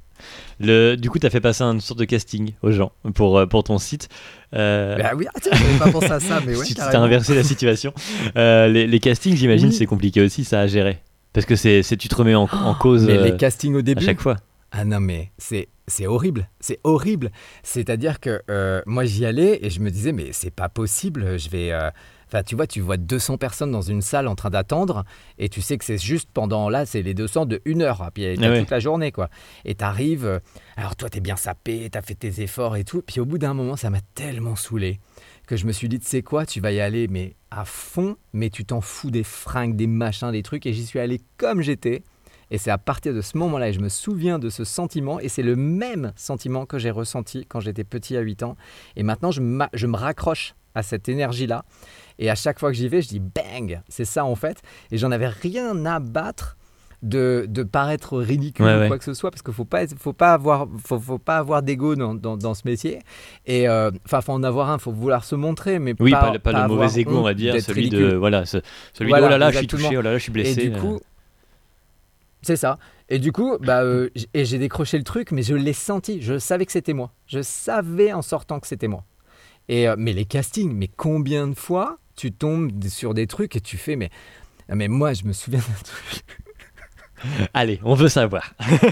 Du coup, tu as fait passer une sorte de casting aux gens pour ton site. Bah oui, j'avais pas pensé à ça, mais ouais. Tu t'as inversé la situation. Les castings, j'imagine, c'est compliqué aussi, ça à gérer. Parce que tu te remets en cause mais les castings au début, à chaque fois. Ah non, mais c'est horrible. C'est horrible. C'est-à-dire que moi, j'y allais et je me disais, mais c'est pas possible, je vais... Enfin, tu vois 200 personnes dans une salle en train d'attendre et tu sais que c'est juste pendant, là, c'est les 200 de 1 heure, puis toute la journée, quoi. Et t'arrives, alors toi, t'es bien sapé, t'as fait tes efforts et tout, puis au bout d'un moment, ça m'a tellement saoulé que je me suis dit, tu sais quoi, tu vas y aller, mais à fond, mais tu t'en fous des fringues, des machins, des trucs, et j'y suis allé comme j'étais. Et c'est à partir de ce moment-là, et je me souviens de ce sentiment, et c'est le même sentiment que j'ai ressenti quand j'étais petit à 8 ans. Et maintenant, je me raccroche à cette énergie-là. Et à chaque fois que j'y vais, je dis bang, c'est ça en fait. Et j'en avais rien à battre de paraître ridicule ou quoi que ce soit, parce qu'il faut pas avoir d'ego dans ce métier. Et faut en avoir un, faut vouloir se montrer, mais pas le mauvais ego, on va dire, celui ridicule. De celui de oh là là, je suis touché, oh là là, je suis blessé. Et du coup, c'est ça. Et du coup, et j'ai décroché le truc, mais je l'ai senti, je savais que c'était moi. Je savais en sortant que c'était moi. Mais les castings, mais combien de fois tu tombes sur des trucs et tu fais, mais moi, je me souviens d'un truc. Allez, on veut savoir.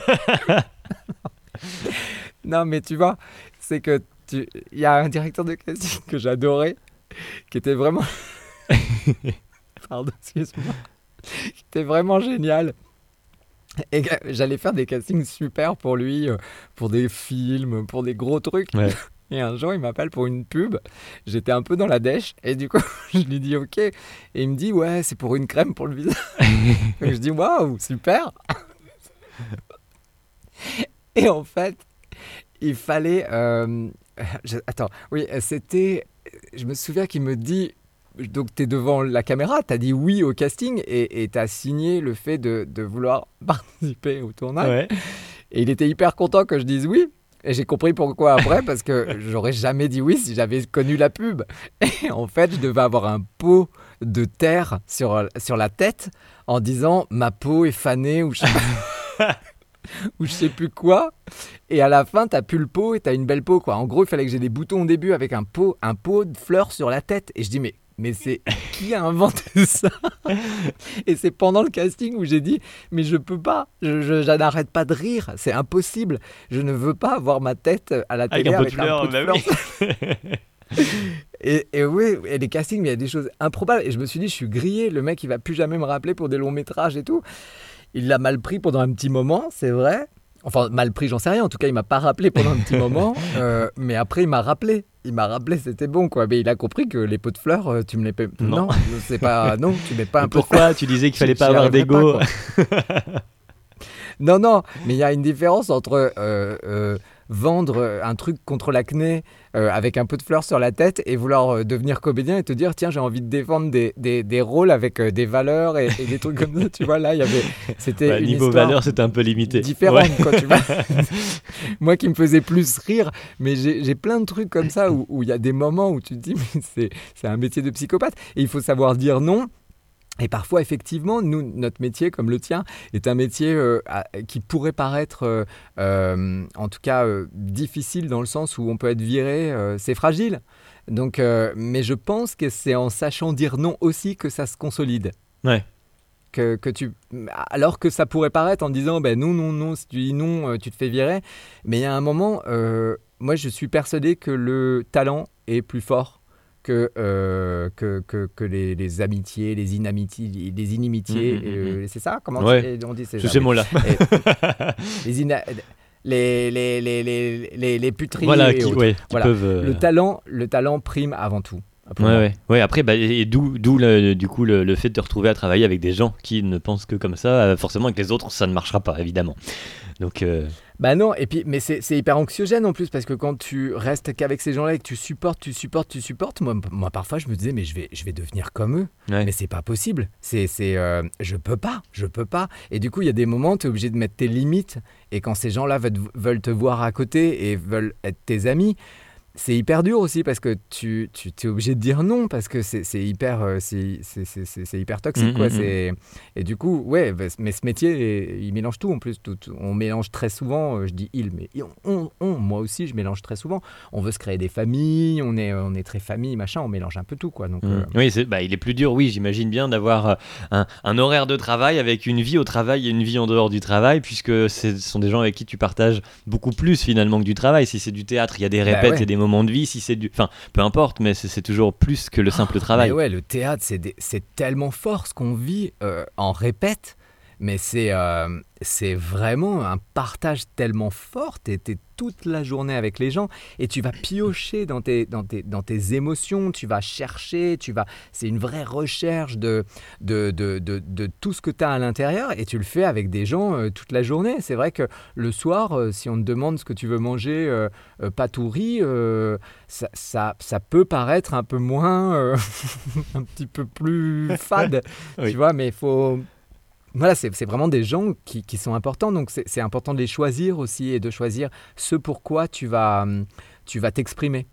Non, mais tu vois, c'est que il y a un directeur de casting que j'adorais, qui était vraiment... Pardon, excuse-moi. Qui était vraiment génial. Et j'allais faire des castings super pour lui, pour des films, pour des gros trucs. Ouais. Et un jour, il m'appelle pour une pub. J'étais un peu dans la dèche. Et du coup, je lui dis OK. Et il me dit ouais, c'est pour une crème pour le visage. Donc je dis waouh, super. Et en fait, il fallait... Attends, oui, c'était... Je me souviens qu'il me dit... Donc, tu es devant la caméra, tu as dit oui au casting et tu as signé le fait de vouloir participer au tournage. Ouais. Et il était hyper content que je dise oui. Et j'ai compris pourquoi après, parce que j'aurais jamais dit oui si j'avais connu la pub. Et en fait, je devais avoir un pot de terre sur la tête en disant ma peau est fanée ou je sais plus quoi. Et à la fin, t'as plus le pot et t'as une belle peau, quoi. En gros, il fallait que j'ai des boutons au début avec un pot de fleurs sur la tête. Et je dis mais c'est qui a inventé ça? Et c'est pendant le casting où j'ai dit mais je peux pas, je n'arrête pas de rire, c'est impossible, je ne veux pas avoir ma tête à la télé avec un pot de fleurs. Oui. et oui, et les castings, il y a des choses improbables et je me suis dit je suis grillé, le mec il va plus jamais me rappeler pour des longs métrages et tout. Il l'a mal pris pendant un petit moment, c'est vrai. Enfin, mal pris, j'en sais rien. En tout cas, il m'a pas rappelé pendant un petit moment. Mais après, il m'a rappelé. C'était bon, quoi. Mais il a compris que les pots de fleurs, tu me les payes. Non, c'est pas. Non, tu mets pas un pot. Pourquoi tu disais qu'il fallait pas avoir d'ego? Non. Mais il y a une différence entre vendre un truc contre l'acné avec un pot de fleurs sur la tête et vouloir devenir comédien et te dire tiens j'ai envie de défendre des rôles avec des valeurs et des trucs comme ça, tu vois. Là c'était une niveau valeur c'était un peu limité, différente, quoi, tu vois. Moi qui me faisais plus rire, mais j'ai plein de trucs comme ça où il y a des moments où tu te dis mais c'est un métier de psychopathe et il faut savoir dire non. Et parfois, effectivement, notre métier, comme le tien, est un métier qui pourrait paraître, en tout cas, difficile dans le sens où on peut être viré, c'est fragile. Donc, mais je pense que c'est en sachant dire non aussi que ça se consolide. Ouais. Alors que ça pourrait paraître en disant non, si tu dis non, tu te fais virer. Mais il y a un moment, moi, je suis persuadé que le talent est plus fort que les amitiés, les inimitiés. C'est ça? Comment on dit ces mots-là. Les puteries voilà, et autres. qui peuvent... Le talent prime avant tout. Ouais. Après, et d'où du coup le fait de te retrouver à travailler avec des gens qui ne pensent que comme ça. Forcément, avec les autres, ça ne marchera pas, évidemment. Donc... non, et puis, mais c'est hyper anxiogène en plus, parce que quand tu restes qu'avec ces gens-là et que tu supportes, moi parfois je me disais, mais je vais devenir comme eux. Ouais. Mais c'est pas possible. Je peux pas. Et du coup, il y a des moments, tu es obligé de mettre tes limites. Et quand ces gens-là veulent te voir à côté et veulent être tes amis, c'est hyper dur aussi, parce que tu es obligé de dire non, parce que c'est hyper toxique, quoi. Et du coup, mais ce métier, il mélange tout en plus. On mélange très souvent, je dis il, mais moi aussi, je mélange très souvent. On veut se créer des familles, on est très famille, machin, on mélange un peu tout, quoi. Donc, Oui, il est plus dur, oui, j'imagine bien, d'avoir un horaire de travail avec une vie au travail et une vie en dehors du travail, puisque ce sont des gens avec qui tu partages beaucoup plus finalement que du travail. Si c'est du théâtre, il y a des répètes, il y a des moments de vie, si c'est peu importe, mais c'est toujours plus que le simple travail. Mais ouais, le théâtre, c'est tellement fort ce qu'on vit en répète, mais c'est vraiment un partage tellement fort. T'es toute la journée avec les gens et tu vas piocher dans tes émotions, tu vas chercher, c'est une vraie recherche de tout ce que tu as à l'intérieur, et tu le fais avec des gens toute la journée. C'est vrai que le soir, si on te demande ce que tu veux manger, pâte ou riz, ça peut paraître un peu moins, un petit peu plus fade, oui. Tu vois, mais il faut... Voilà, c'est vraiment des gens qui sont importants, donc c'est important de les choisir aussi, et de choisir ce pourquoi tu vas t'exprimer.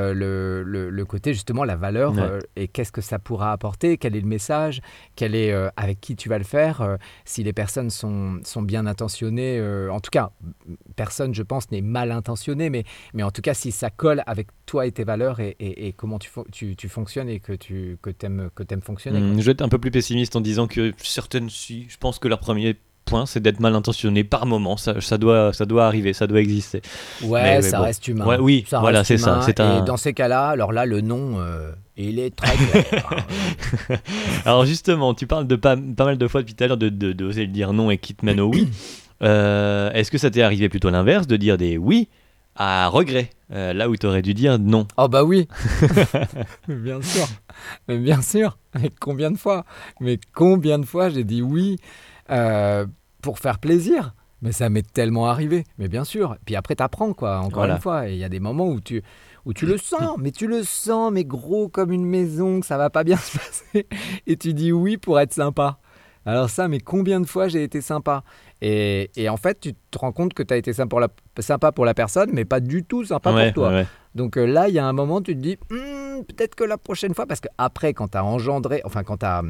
Le côté, justement, la valeur, et qu'est-ce que ça pourra apporter, quel est le message, avec qui tu vas le faire, si les personnes sont bien intentionnées. En tout cas, personne, je pense, n'est mal intentionné, mais en tout cas, si ça colle avec toi et tes valeurs, et comment tu fonctionnes, et que t'aimes fonctionner. Je vais être un peu plus pessimiste en disant que certaines, je pense que leur premier point, c'est d'être mal intentionné par moment. Ça doit arriver, ça doit exister. Mais ça reste humain. Ouais, oui, ça voilà, c'est humain, ça. Et dans ces cas-là, alors là, le nom, il est très clair. Alors justement, tu parles de pas mal de fois depuis tout à l'heure de oser dire non et qui te mène au oui. Est-ce que ça t'est arrivé plutôt l'inverse, de dire des oui à regret, là où tu aurais dû dire non? Oh bah oui. Bien sûr. Mais bien sûr. Mais combien de fois j'ai dit oui pour faire plaisir? Mais ça m'est tellement arrivé. Mais bien sûr. Puis après, t'apprends, quoi, encore une fois. Et il y a des moments où tu le sens, mais gros comme une maison, que ça va pas bien se passer. Et tu dis oui pour être sympa. Alors ça, mais combien de fois j'ai été sympa? Et en fait, tu te rends compte que tu as été sympa pour la personne, mais pas du tout sympa pour toi. Ouais. Donc là, il y a un moment, tu te dis, peut-être que la prochaine fois, parce qu'après, quand tu as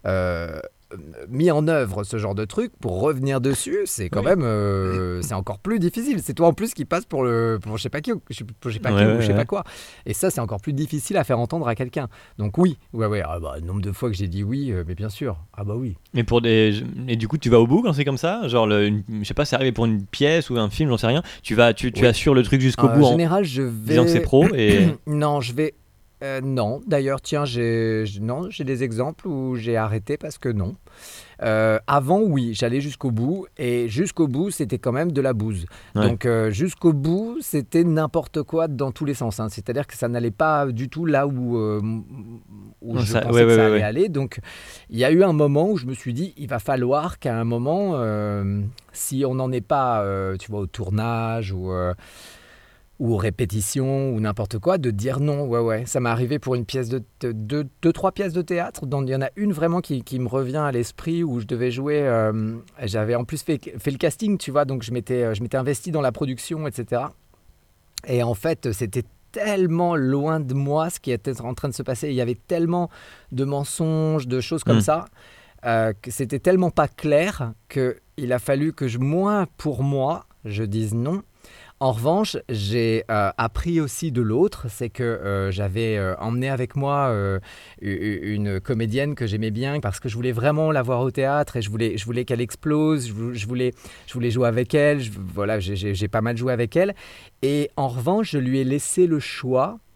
mis en œuvre ce genre de truc, pour revenir dessus, c'est quand même c'est encore plus difficile. C'est toi en plus qui passe pour je sais pas qui, je sais pas quoi. Et ça, c'est encore plus difficile à faire entendre à quelqu'un. Donc oui, le nombre de fois que j'ai dit oui, mais bien sûr. Ah bah oui. Mais et du coup, tu vas au bout quand c'est comme ça, genre je sais pas, c'est arrivé pour une pièce ou un film, j'en sais rien. Tu assures le truc jusqu'au bout. En général, je vais disant que c'est pro et non, je vais. Non, d'ailleurs, tiens, j'ai des exemples où j'ai arrêté parce que non. Avant, oui, j'allais jusqu'au bout, et jusqu'au bout, c'était quand même de la bouse. Ouais. Donc, jusqu'au bout, c'était n'importe quoi dans tous les sens. Hein. C'est-à-dire que ça n'allait pas du tout là où je pensais que ça allait aller. Donc, il y a eu un moment où je me suis dit, il va falloir qu'à un moment, si on n'en est pas, tu vois, au tournage ou aux répétitions ou n'importe quoi, de dire non. Ouais. Ça m'est arrivé pour une pièce deux, trois pièces de théâtre, dont il y en a une vraiment qui me revient à l'esprit, où je devais jouer. J'avais en plus fait le casting, tu vois, donc je m'étais investi dans la production, etc. Et en fait, c'était tellement loin de moi ce qui était en train de se passer. Il y avait tellement de mensonges, de choses comme ça, que c'était tellement pas clair qu'il a fallu que pour moi, je dise non. En revanche, j'ai appris aussi de l'autre, c'est que j'avais emmené avec moi une comédienne que j'aimais bien, parce que je voulais vraiment la voir au théâtre, et je voulais qu'elle explose, je voulais jouer avec elle, j'ai pas mal joué avec elle, et en revanche, je lui ai laissé le choix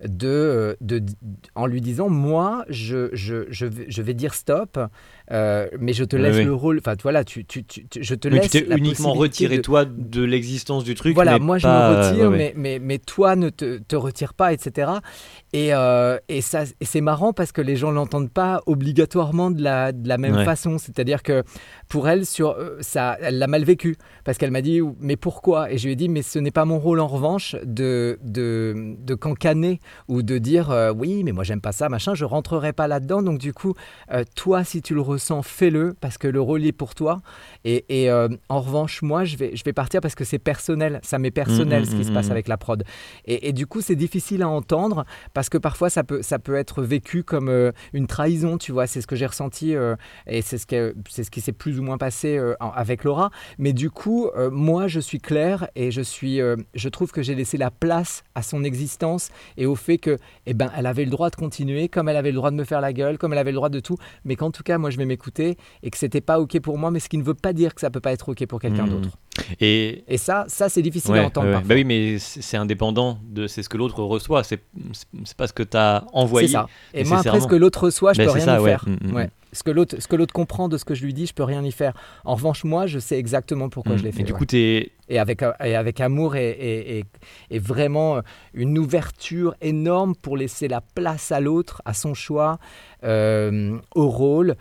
en lui disant, moi, je vais dire stop, mais je te laisse le rôle. Enfin, voilà, je te laisse. Tu t'es uniquement retiré toi de l'existence du truc. Voilà, mais moi pas, je me retire, mais toi ne te retire pas, etc. Et c'est marrant parce que les gens l'entendent pas obligatoirement de la même façon. C'est-à-dire que pour elle, elle l'a mal vécu parce qu'elle m'a dit mais pourquoi ? Et je lui ai dit mais ce n'est pas mon rôle en revanche de cancaner ou de dire oui mais moi j'aime pas ça machin. Je rentrerai pas là-dedans. Donc du coup toi si tu le ressens fais-le parce que le rôle est pour toi. Et en revanche moi je vais partir parce que c'est personnel. Ça m'est personnel ce qui se passe avec la prod. Et du coup c'est difficile à entendre parce que parfois ça peut être vécu comme une trahison, tu vois, c'est ce que j'ai ressenti et c'est ce qui s'est plus ou moins passé avec Laura, mais du coup moi je suis clair et je trouve que j'ai laissé la place à son existence et au fait que elle avait le droit de continuer comme elle avait le droit de me faire la gueule, comme elle avait le droit de tout, mais qu'en tout cas moi je vais m'écouter et que c'était pas ok pour moi, mais ce qui ne veut pas dire que ça peut pas être ok pour quelqu'un d'autre. Et ça c'est difficile à entendre parfois. Bah oui, mais c'est indépendant c'est ce que l'autre reçoit, c'est pas ce que tu as envoyé. C'est ça. Et moi après ce que l'autre reçoit, je peux rien y faire. Ce que l'autre comprend de ce que je lui dis, je peux rien y faire. En revanche, moi, je sais exactement pourquoi je l'ai fait. Et du coup, et avec amour et vraiment une ouverture énorme pour laisser la place à l'autre, à son choix, au rôle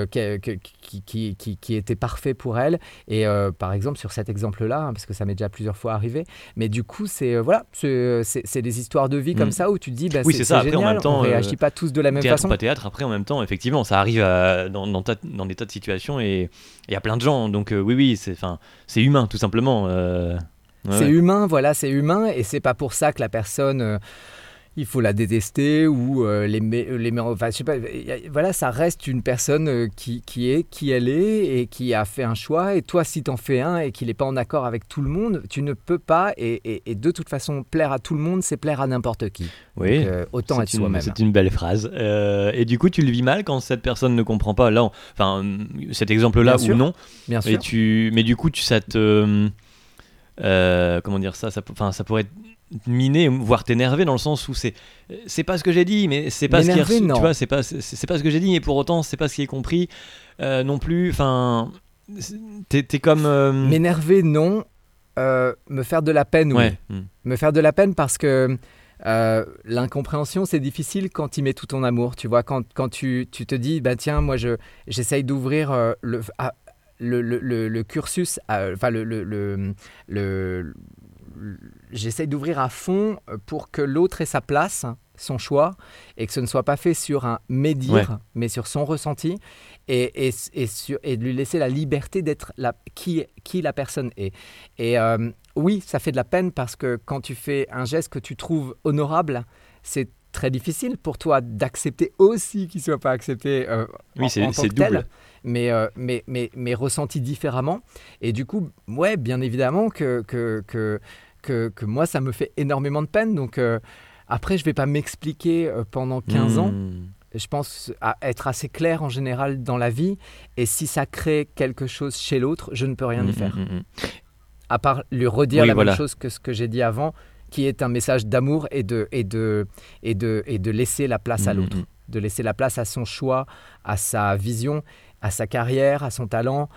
qui était parfait pour elle. Et par exemple, sur cet exemple-là, parce que ça m'est déjà plusieurs fois arrivé, mais du coup, c'est des histoires de vie comme ça où tu te dis, c'est ça. Génial, après, en même temps, on ne réagit pas tous de la même façon. Pas théâtre, après, en même temps, effectivement, ça arrive dans des tas de situations et il y a plein de gens. Donc oui, c'est humain, tout simplement. C'est humain, voilà, c'est humain et c'est pas pour ça que la personne... il faut la détester ou enfin, je sais pas, voilà, ça reste une personne qui est qui elle est et qui a fait un choix. Et toi, si t'en fais un et qu'il n'est pas en accord avec tout le monde, tu ne peux pas. Et de toute façon, plaire à tout le monde, c'est plaire à n'importe qui. Oui, donc, autant être soi-même. C'est une belle phrase. Et du coup, tu le vis mal quand cette personne ne comprend pas. Là, cet exemple-là ou non. Bien sûr. Mais du coup, ça te... comment dire ça pourrait être miner, voire t'énerver dans le sens où c'est pas ce que j'ai dit, mais c'est pas ce qui est reçu, tu vois, c'est pas ce que j'ai dit, et pour autant c'est pas ce qui est compris non plus. Enfin, t'es comme m'énerver, non. Me faire de la peine, oui. Me faire de la peine parce que l'incompréhension c'est difficile quand tu mets tout ton amour, tu vois, quand tu te dis tiens, moi j'essaye d'ouvrir le cursus, enfin j'essaye d'ouvrir à fond pour que l'autre ait sa place, son choix, et que ce ne soit pas fait sur un médire, mais sur son ressenti, et de lui laisser la liberté d'être qui la personne est. Et oui, ça fait de la peine parce que quand tu fais un geste que tu trouves honorable, c'est très difficile pour toi d'accepter aussi qu'il ne soit pas accepté en tant que tel. Mais ressenti différemment. Et du coup, bien évidemment que moi, ça me fait énormément de peine. Donc, après, je ne vais pas m'expliquer pendant 15 ans. Je pense à être assez clair en général dans la vie. Et si ça crée quelque chose chez l'autre, je ne peux rien y faire. À part lui redire même chose que ce que j'ai dit avant, qui est un message d'amour et de laisser la place à l'autre. De laisser la place à son choix, à sa vision, à sa carrière, à son talent,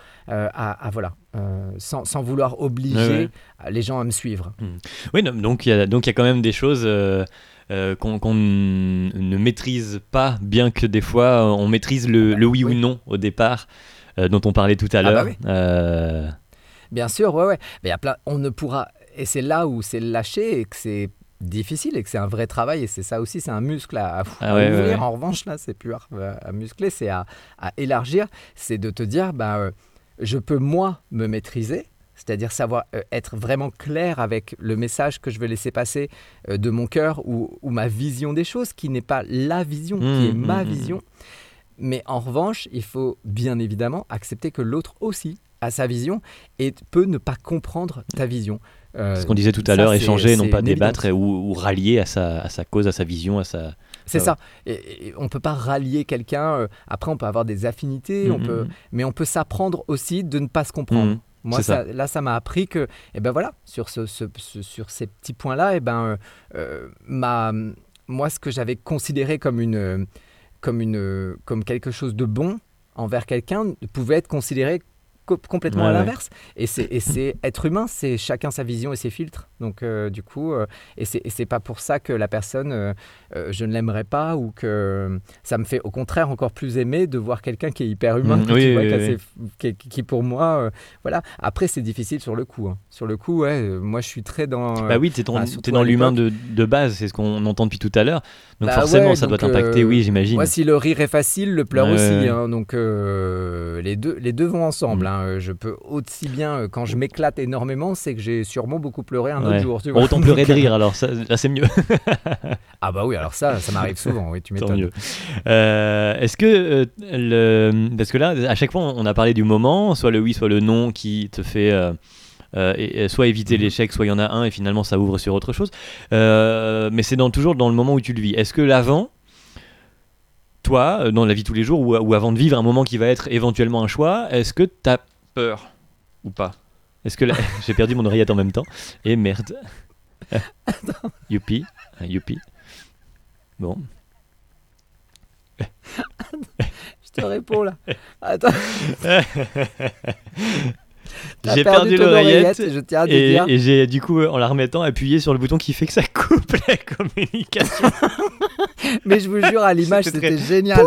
sans vouloir obliger les gens à me suivre. Oui, donc il y a quand même des choses qu'on ne maîtrise pas, bien que des fois on maîtrise le oui ou non au départ, dont on parlait tout à l'heure. Bien sûr, ouais. Mais on ne pourra, et c'est là où c'est lâché et que c'est difficile et que c'est un vrai travail, et c'est ça aussi, c'est un muscle à ouvrir. En revanche, là, c'est plus à muscler, c'est à élargir. C'est de te dire, je peux moi me maîtriser, c'est-à-dire savoir être vraiment clair avec le message que je veux laisser passer de mon cœur ou ma vision des choses, qui n'est pas la vision, qui est ma vision. Mais en revanche, il faut bien évidemment accepter que l'autre aussi a sa vision et peut ne pas comprendre ta vision. Ce qu'on disait tout à l'heure, échanger, non pas débattre, ou rallier à sa cause, à sa vision, à sa... C'est ça. Et on ne peut pas rallier quelqu'un. Après, on peut avoir des affinités, mais on peut s'apprendre aussi de ne pas se comprendre. Moi, ça m'a appris que, sur ces petits points-là, moi, ce que j'avais considéré comme quelque chose de bon envers quelqu'un pouvait être considéré complètement à l'inverse. Et c'est être humain, c'est chacun sa vision et ses filtres. Donc du coup, et c'est pas pour ça que la personne, je ne l'aimerais pas, ou que ça me fait au contraire encore plus aimer de voir quelqu'un qui est hyper humain, qui pour moi, voilà. Après, c'est difficile sur le coup. Hein. Sur le coup, moi je suis très dans. Bah oui, t'es dans l'humain de base, c'est ce qu'on entend depuis tout à l'heure. Donc forcément, ça doit t'impacter, oui, j'imagine. Moi, si le rire est facile, le pleur aussi. Hein, donc les deux vont ensemble. Hein. Je peux aussi bien, quand je m'éclate énormément, c'est que j'ai sûrement beaucoup pleuré un autre jour. Tu vois. Autant pleurer de rire, alors ça, là c'est mieux. Ah bah oui, alors ça m'arrive souvent, oui, tu m'étonnes. Tant mieux. Est-ce que, parce que là, à chaque fois, on a parlé du moment, soit le oui, soit le non qui te fait... soit éviter l'échec, soit il y en a un et finalement ça ouvre sur autre chose. Mais c'est toujours dans le moment où tu le vis. Est-ce que l'avant, toi, dans la vie de tous les jours, ou avant de vivre un moment qui va être éventuellement un choix, est-ce que tu as peur ou pas? Est-ce que j'ai perdu mon oreillette en même temps? Et merde. Youpi. Bon. Je te réponds là. Attends. J'ai perdu l'oreillette, je tiens à te dire. Et j'ai du coup, en la remettant, appuyé sur le bouton qui fait que ça coupe la communication. Mais je vous jure, à l'image, c'était génial.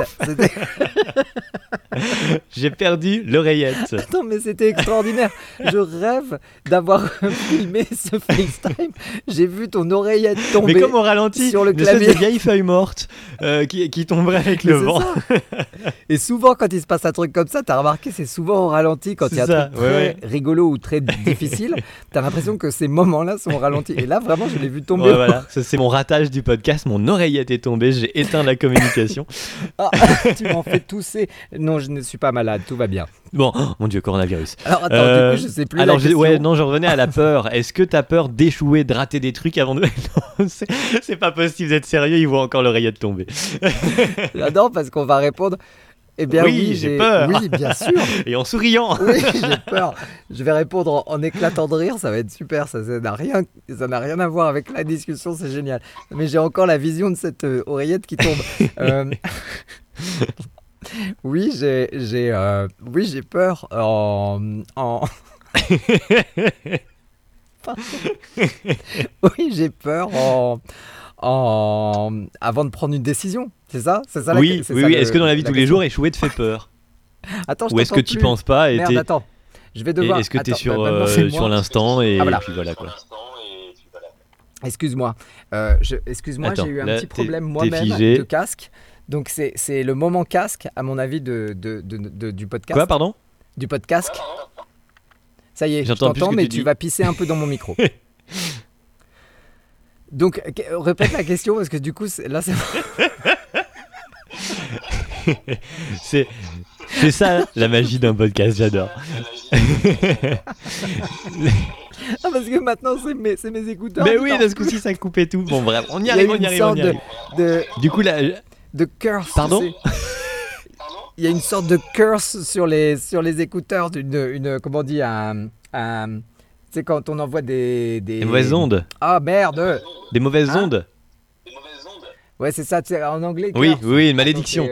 J'ai perdu l'oreillette. Attends, mais c'était extraordinaire. Je rêve d'avoir filmé ce FaceTime. J'ai vu ton oreillette tomber. Mais comme au ralenti, sur le clavier. Une vieille feuille morte qui tomberait avec le vent. Et souvent, quand il se passe un truc comme ça, t'as remarqué, c'est souvent au ralenti quand il y a un truc très rigolo ou très difficile. T'as l'impression que ces moments-là sont au ralenti. Et là, vraiment, je l'ai vu tomber. Ouais, voilà. Ça, c'est mon ratage du podcast. Mon oreillette est tombée. J'ai éteint la communication. Ah, tu m'en fais tousser. Non, je ne suis pas malade. Tout va bien. Bon, oh, mon Dieu, coronavirus. Alors, attends, du coup, je sais plus. Alors, je revenais à la peur. Est-ce que t'as peur d'échouer, de rater des trucs avant de. Non, c'est pas possible d'être sérieux. Ils voient encore l'oreillette tomber. Non, parce qu'on va répondre. Eh bien oui, j'ai peur. Oui, bien sûr. Et en souriant. Oui, j'ai peur. Je vais répondre en éclatant de rire, ça va être super. Ça n'a rien à voir avec la discussion, c'est génial. Mais j'ai encore la vision de cette oreillette qui tombe. Oui, j'ai peur Oui, j'ai peur avant de prendre une décision. C'est ça Oui. Est-ce que dans la vie de tous les jours, échouer te fait peur? Attends, ou est-ce que tu penses pas et Merde, attends. Je vais devoir. Est-ce que tu es sur l'instant et puis voilà quoi. Excuse-moi. Excuse-moi, j'ai eu un petit problème moi-même figé. De casque. Donc c'est le moment casque, à mon avis, du podcast. Quoi, pardon? Du podcast. Ça y est, je t'entends, mais tu vas pisser un peu dans mon micro. Donc, répète la question, parce que du coup, là, c'est ça la magie d'un podcast, j'adore. Parce que maintenant, c'est mes écouteurs. Mais oui, parce que si ça coupait tout. Bon, bref, on y arrive. Du coup, là. De curse. Pardon? Il y a une sorte de curse sur les écouteurs, comment on dit, c'est quand on envoie des mauvaises ondes. Ah merde. Des mauvaises ondes. Ouais, c'est ça, en anglais. Oui, une malédiction.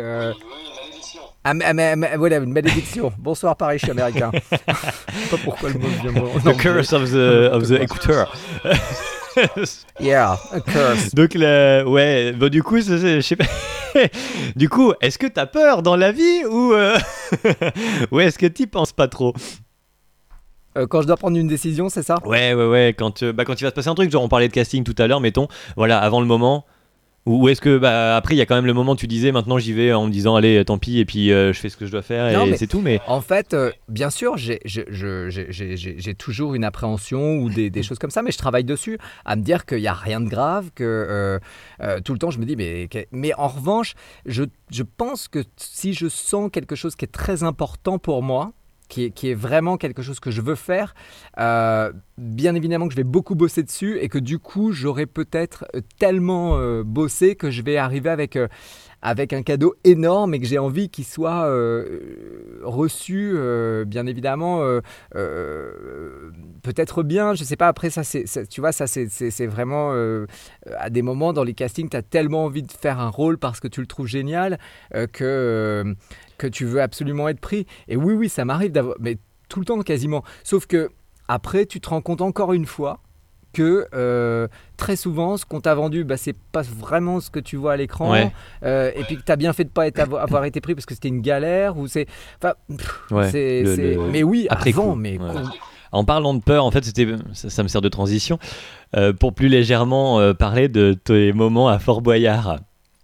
Voilà, une malédiction. Bonsoir Paris, je suis américain. Je sais pas pourquoi le mot vient. The curse of the écouteur. Yeah, a curse. Donc bon, du coup, je sais pas. Du coup, est-ce que t'as peur dans la vie ou est-ce que t'y penses pas trop? Quand je dois prendre une décision, c'est ça? Ouais. Quand il va se passer un truc, genre on parlait de casting tout à l'heure, mettons, voilà, avant le moment. Ou est-ce que après il y a quand même le moment où tu disais maintenant j'y vais en me disant allez tant pis et puis je fais ce que je dois faire et c'est tout. Mais en fait bien sûr j'ai toujours une appréhension ou des choses comme ça, mais je travaille dessus à me dire qu'il n'y a rien de grave, que tout le temps je me dis mais en revanche je pense que si je sens quelque chose qui est très important pour moi, qui est vraiment quelque chose que je veux faire, bien évidemment que je vais beaucoup bosser dessus et que du coup j'aurai peut-être tellement bossé que je vais arriver avec avec un cadeau énorme et que j'ai envie qu'il soit reçu, bien évidemment, peut-être bien, je sais pas, après tu vois, ça c'est vraiment, à des moments dans les castings, tu as tellement envie de faire un rôle parce que tu le trouves génial que tu veux absolument être pris. Et oui, ça m'arrive d'avoir, mais tout le temps quasiment, sauf que après, tu te rends compte encore une fois que très souvent, ce qu'on t'a vendu, c'est pas vraiment ce que tu vois à l'écran. Ouais. Et puis que tu as bien fait de pas avoir été pris parce que c'était une galère. Ou c'est... Enfin, mais oui, après avant, coup, mais... ouais. En parlant de peur, en fait, ça me sert de transition pour plus légèrement parler de tes moments à Fort Boyard.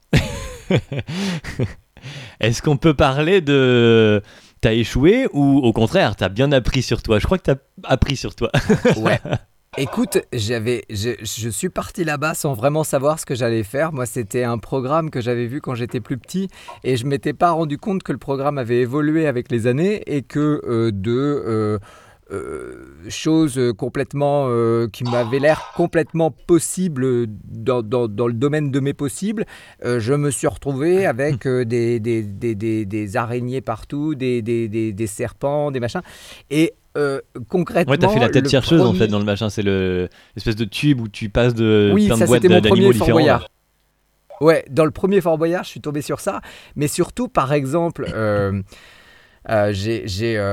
Est-ce qu'on peut parler de... T'as échoué ou au contraire, t'as bien appris sur toi? Je crois que t'as appris sur toi. Ouais. Écoute, je suis parti là-bas sans vraiment savoir ce que j'allais faire. Moi, c'était un programme que j'avais vu quand j'étais plus petit et je m'étais pas rendu compte que le programme avait évolué avec les années et que choses complètement qui m'avaient l'air complètement possibles dans le domaine de mes possibles. Je me suis retrouvé avec des araignées partout, des serpents, des machins. Et concrètement, ouais, t'as fait la tête chercheuse en fait dans le machin, c'est l'espèce de tube où tu passes de plein de boîtes d'animaux différents. Ouais, dans le premier Fort Boyard, je suis tombé sur ça, mais surtout, par exemple, j'ai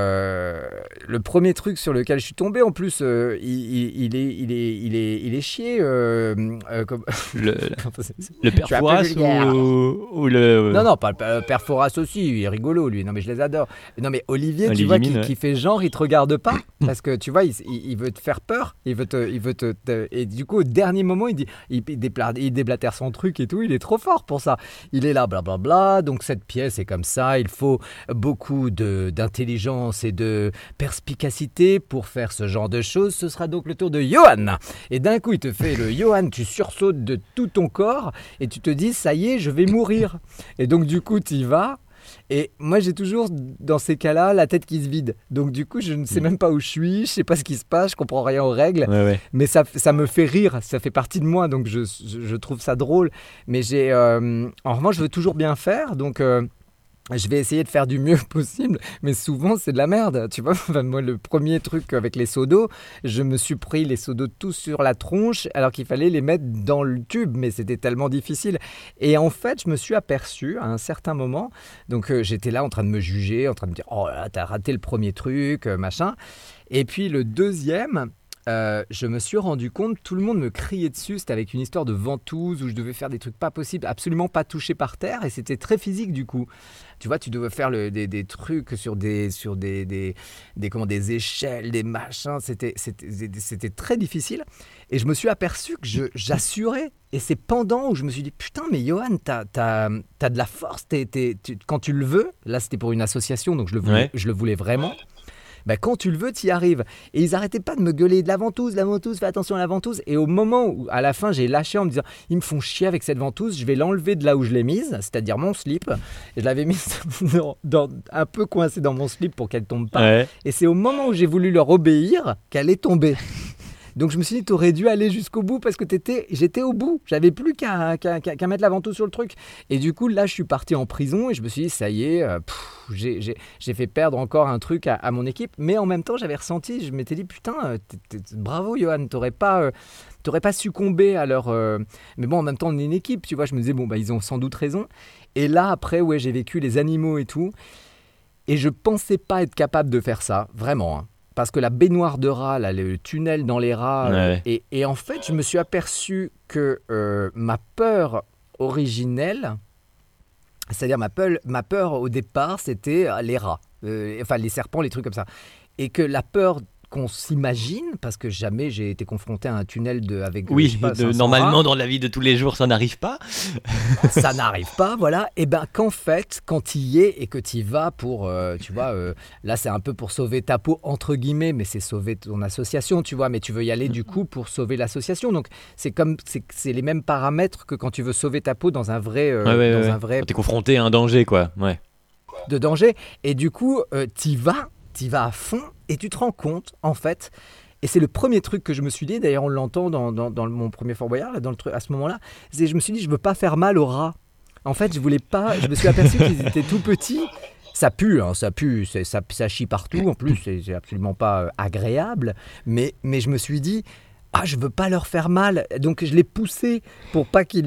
le premier truc sur lequel je suis tombé. En plus, il est chier. Comme... le père Fouras ou le... Non, pas le père Fouras aussi. Il est rigolo lui. Non mais je les adore. Non mais Olivier, tu vois, qui fait genre, il te regarde pas parce que tu vois, il veut te faire peur. Il veut te et du coup au dernier moment, il déblatère son truc et tout. Il est trop fort pour ça. Il est là, blablabla. Donc cette pièce est comme ça. Il faut beaucoup d'intelligence et de perspicacité pour faire ce genre de choses. Ce sera donc le tour de Johan. Et d'un coup, il te fait le Johan, tu sursautes de tout ton corps et tu te dis, ça y est, je vais mourir. Et donc, du coup, tu y vas. Et moi, j'ai toujours, dans ces cas-là, la tête qui se vide. Donc, du coup, je ne sais même pas où je suis, je sais pas ce qui se passe, je comprends rien aux règles. Ouais. Mais ça me fait rire, ça fait partie de moi, donc je trouve ça drôle. Mais en revanche, je veux toujours bien faire, donc... je vais essayer de faire du mieux possible, mais souvent c'est de la merde, tu vois. Enfin, moi, le premier truc avec les seaux d'eau, je me suis pris les seaux d'eau tous sur la tronche alors qu'il fallait les mettre dans le tube, mais c'était tellement difficile. Et en fait, je me suis aperçu à un certain moment, donc j'étais là en train de me juger, en train de me dire « Oh là, t'as raté le premier truc, machin ». Et puis le deuxième... je me suis rendu compte, tout le monde me criait dessus, c'était avec une histoire de ventouse où je devais faire des trucs pas possibles, absolument pas touchés par terre, et c'était très physique du coup. Tu vois, tu devais faire des trucs sur des échelles, des machins, c'était très difficile. Et je me suis aperçu que j'assurais. Et c'est pendant où je me suis dit, putain, mais Johan, t'as de la force, quand tu le veux, là c'était pour une association, donc je le voulais vraiment. Quand tu le veux, tu y arrives. Et ils n'arrêtaient pas de me gueuler de la ventouse, fais attention à la ventouse. Et au moment où, à la fin, j'ai lâché en me disant, ils me font chier avec cette ventouse, je vais l'enlever de là où je l'ai mise, c'est-à-dire mon slip. Et je l'avais mise un peu coincée dans mon slip pour qu'elle tombe pas. Ouais. Et c'est au moment où j'ai voulu leur obéir qu'elle est tombée. Donc je me suis dit, t'aurais dû aller jusqu'au bout parce que j'étais au bout. J'avais plus qu'à mettre la ventouse sur le truc. Et du coup, là, je suis parti en prison et je me suis dit, ça y est, j'ai fait perdre encore un truc à mon équipe. Mais en même temps, j'avais ressenti, je m'étais dit, putain, bravo Johan, t'aurais pas succombé à leur... Mais bon, en même temps, on est une équipe, tu vois. Je me disais, ils ont sans doute raison. Et là, après, ouais, j'ai vécu les animaux et tout. Et je pensais pas être capable de faire ça, vraiment, hein. Parce que la baignoire de rats, là, le tunnel dans les rats, et en fait, je me suis aperçu que ma peur originelle, c'est-à-dire ma peur au départ, c'était les rats, enfin les serpents, les trucs comme ça. Et que la peur qu'on s'imagine, parce que jamais j'ai été confronté à un tunnel avec... Oui, normalement, dans la vie de tous les jours, ça n'arrive pas. Ça n'arrive pas, voilà. Et qu'en fait, quand tu y es et que tu y vas pour, tu vois, là c'est un peu pour sauver ta peau, entre guillemets, mais c'est sauver ton association, tu vois, mais tu veux y aller du coup pour sauver l'association. Donc c'est les mêmes paramètres que quand tu veux sauver ta peau dans un vrai... un vrai... Quand t'es confronté à un danger, quoi, ouais. De danger. Et du coup, t'y vas à fond et tu te rends compte, en fait, et c'est le premier truc que je me suis dit, d'ailleurs on l'entend dans mon premier Fort Boyard, là, à ce moment-là, je me suis dit, je veux pas faire mal aux rats. En fait, je voulais pas. Je me suis aperçu qu'ils étaient tout petits. Ça pue, hein, ça pue, ça chie partout. En plus, c'est absolument pas agréable. Mais je me suis dit, je veux pas leur faire mal. Donc, je l'ai poussé pour pas que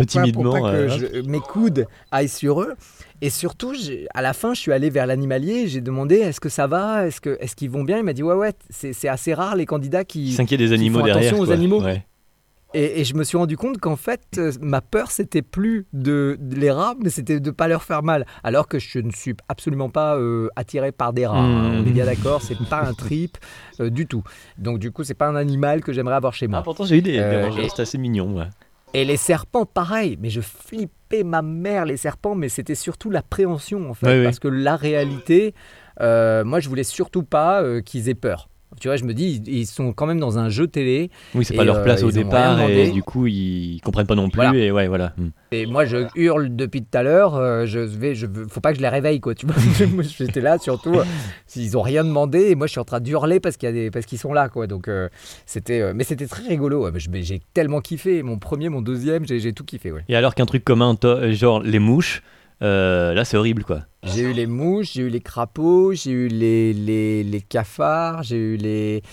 mes coudes aillent sur eux. Et surtout, à la fin, je suis allé vers l'animalier. J'ai demandé, est-ce que ça va ? Est-ce qu'ils vont bien ? Il m'a dit, ouais, c'est assez rare les candidats qui s'inquiètent des animaux font derrière. Attention aux animaux. Ouais. Et je me suis rendu compte qu'en fait, ma peur, c'était plus de les rats, mais c'était de ne pas leur faire mal. Alors que je ne suis absolument pas attiré par des rats. Hein. On est bien d'accord, c'est pas un trip du tout. Donc du coup, c'est pas un animal que j'aimerais avoir chez moi. Pourtant, j'ai eu des rongeurs, c'est assez mignon. Ouais. Et les serpents, pareil. Mais je flippais ma mère, les serpents, mais c'était surtout l'appréhension, en fait. Parce que la réalité, moi, je voulais surtout pas qu'ils aient peur. Tu vois, je me dis, ils sont quand même dans un jeu télé. Oui, c'est pas leur place au départ et du coup, ils comprennent pas non plus. Voilà. Et ouais, voilà. Et moi, je hurle depuis tout à l'heure. Faut pas que je les réveille, quoi. Tu vois, j'étais là, surtout, ils ont rien demandé et moi, je suis en train d'hurler parce qu'ils sont là, quoi. Donc, c'était très rigolo. Ouais. J'ai tellement kiffé. Mon premier, mon deuxième, j'ai tout kiffé. Ouais. Et alors qu'un truc commun, genre les mouches. Là, c'est horrible, quoi. J'ai eu les mouches, j'ai eu les crapauds, j'ai eu les cafards, j'ai eu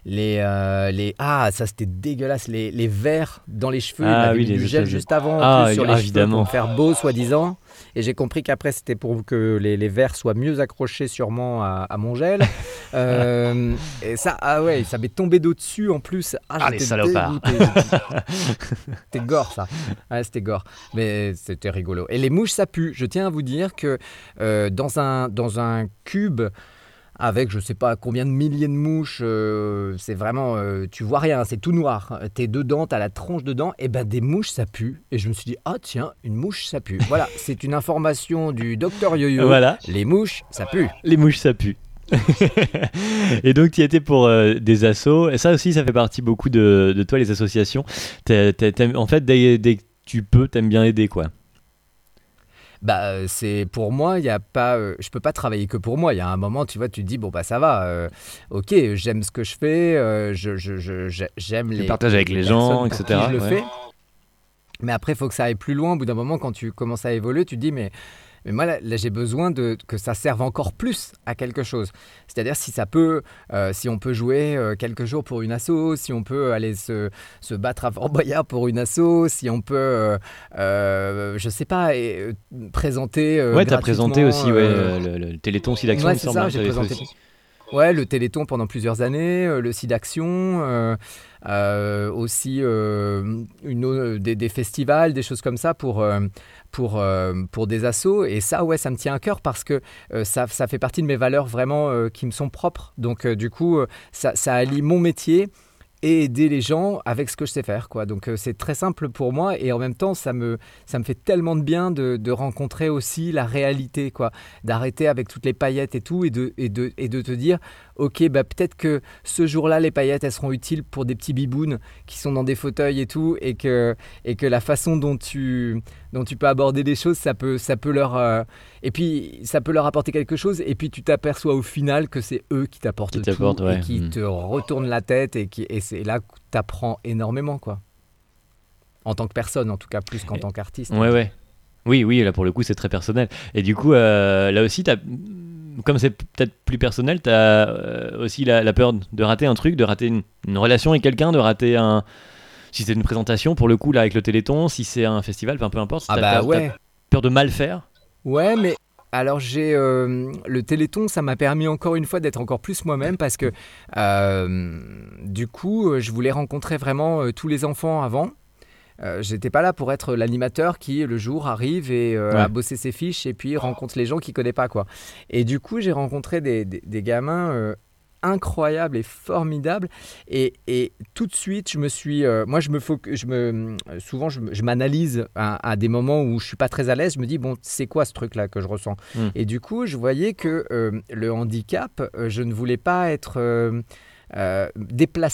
ça c'était dégueulasse, les vers dans les cheveux. Il mis du gel juste avant sur les cheveux pour faire beau, soi-disant. Et j'ai compris qu'après, c'était pour que les vers soient mieux accrochés sûrement à mon gel. Et ça, ça m'est tombé d'au-dessus en plus. Les salopards. C'était gore, ça. Ouais, c'était gore. Mais c'était rigolo. Et les mouches, ça pue. Je tiens à vous dire que dans un cube avec je sais pas combien de milliers de mouches, c'est vraiment, tu vois rien, c'est tout noir. T'es dedans, t'as la tronche dedans, et ben des mouches ça pue. Et je me suis dit, tiens, une mouche ça pue. Voilà, c'est une information du docteur Yo-Yo. Voilà. Les mouches ça pue. Les mouches ça pue. Et donc tu y étais pour des assos, et ça aussi ça fait partie beaucoup de toi, les associations. En fait, dès que tu peux, t'aimes bien aider, quoi. C'est pour moi, il y a pas, je peux pas travailler que pour moi. Il y a un moment, tu vois, tu te dis ça va, ok, j'aime ce que je fais, j'aime les partages avec les gens, etc. Je le fais. Mais après, il faut que ça aille plus loin. Au bout d'un moment, quand tu commences à évoluer, tu te dis mais moi là j'ai besoin que ça serve encore plus à quelque chose. C'est-à-dire si on peut jouer quelques jours pour une asso, si on peut aller se battre à Fort Boyard pour une asso, si on peut, je sais pas, présenter. T'as présenté aussi le Téléthon SIDAction. Ouais, c'est ça, j'ai présenté. Ouais, le Téléthon pendant plusieurs années, le SIDAction, aussi des festivals, des choses comme ça pour des assos. Et ça, ça me tient à cœur parce que ça fait partie de mes valeurs vraiment qui me sont propres. Donc, du coup, ça allie mon métier et aider les gens avec ce que je sais faire, quoi. Donc c'est très simple pour moi et en même temps ça me fait tellement de bien de rencontrer aussi la réalité, quoi, d'arrêter avec toutes les paillettes et tout et de te dire ok, peut-être que ce jour-là les paillettes elles seront utiles pour des petits bibounes qui sont dans des fauteuils et tout, et que la façon dont tu peux aborder les choses, ça peut leur et puis ça peut leur apporter quelque chose, et puis tu t'aperçois au final que c'est eux qui t'apportent tout, et qui te retournent la tête, et c'est là que tu apprends énormément, quoi. En tant que personne, en tout cas, plus qu'en tant qu'artiste. Ouais. Oui, là pour le coup c'est très personnel. Et du coup, là aussi, comme c'est peut-être plus personnel, tu as aussi la peur de rater un truc, de rater une relation avec quelqu'un, de rater si c'est une présentation, pour le coup, là, avec le Téléthon, si c'est un festival, peu importe, t'as peur de mal faire. Ouais, mais alors le Téléthon, ça m'a permis encore une fois d'être encore plus moi-même, parce que du coup, je voulais rencontrer vraiment tous les enfants avant. J'étais pas là pour être l'animateur qui le jour arrive et a bossé ses fiches et puis rencontre les gens qu'il connaît pas, quoi. Et du coup, j'ai rencontré des gamins incroyable et formidable, et tout de suite je me suis moi souvent je m'analyse à des moments où je suis pas très à l'aise. Je me dis c'est quoi ce truc là que je ressens, et du coup je voyais que le handicap, je ne voulais pas être déplacé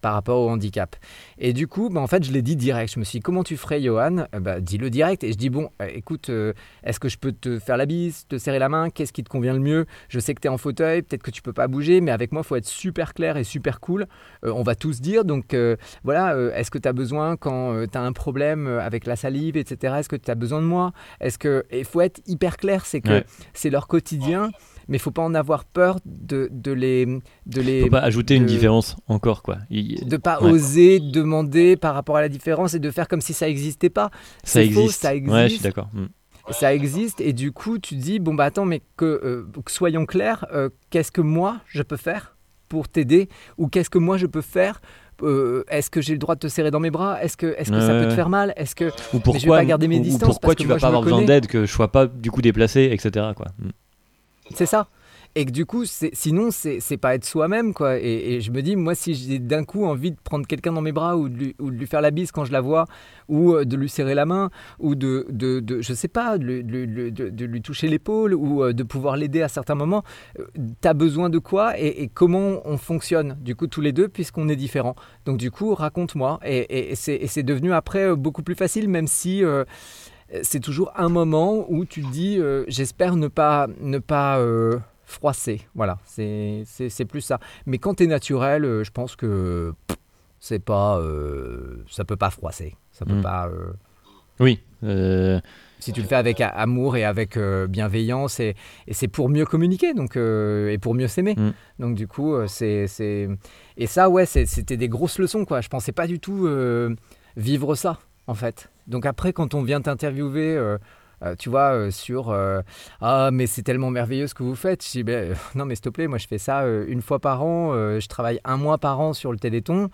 par rapport au handicap. Et du coup, en fait, je l'ai dit direct. Je me suis dit, comment tu ferais, Johan ? Dis-le direct. Et je dis, écoute, est-ce que je peux te faire la bise, te serrer la main ? Qu'est-ce qui te convient le mieux ? Je sais que tu es en fauteuil, peut-être que tu peux pas bouger, mais avec moi, il faut être super clair et super cool. On va tous dire, donc voilà, est-ce que tu as besoin quand tu as un problème avec la salive, etc. Est-ce que tu as besoin de moi ? Il faut être hyper clair, c'est que c'est leur quotidien. Mais il ne faut pas en avoir peur de les... Il ne faut pas ajouter une différence encore, quoi. De ne pas oser demander par rapport à la différence et de faire comme si ça n'existait pas. Ça existe. Faux, ça existe. Ouais, je suis d'accord. Ça existe et du coup, tu dis, attends, mais que soyons clairs, qu'est-ce que moi, je peux faire pour t'aider ? Ou qu'est-ce que moi, je peux faire ? Est-ce que j'ai le droit de te serrer dans mes bras ? Est-ce que ça peut te faire mal ? Ou pourquoi, mais je vais pas garder mes distances, ou pourquoi tu vas pas avoir besoin d'aide, que je sois pas du coup déplacé, etc. quoi. C'est ça. Et que du coup, sinon, c'est pas être soi-même, quoi. Et je me dis, moi, si j'ai d'un coup envie de prendre quelqu'un dans mes bras ou de lui faire la bise quand je la vois, ou de lui serrer la main, ou je sais pas, de lui toucher l'épaule, ou de pouvoir l'aider à certains moments, t'as besoin de quoi et comment on fonctionne, du coup, tous les deux, puisqu'on est différents. Donc, du coup, raconte-moi. Et c'est devenu après beaucoup plus facile, même si... c'est toujours un moment où tu te dis j'espère ne pas froisser. Voilà, c'est plus ça. Mais quand tu es naturel, je pense que c'est pas ça peut pas froisser. Ça peut pas Oui. Si tu le fais avec amour et avec bienveillance et c'est pour mieux communiquer donc et pour mieux s'aimer. Donc du coup c'est et ça c'était des grosses leçons quoi. Je pensais pas du tout vivre ça en fait. Donc après, quand on vient t'interviewer, tu vois, sur « Ah, mais c'est tellement merveilleux ce que vous faites », je dis non, mais s'il te plaît, moi je fais ça une fois par an, je travaille 1 mois par an sur le Téléthon.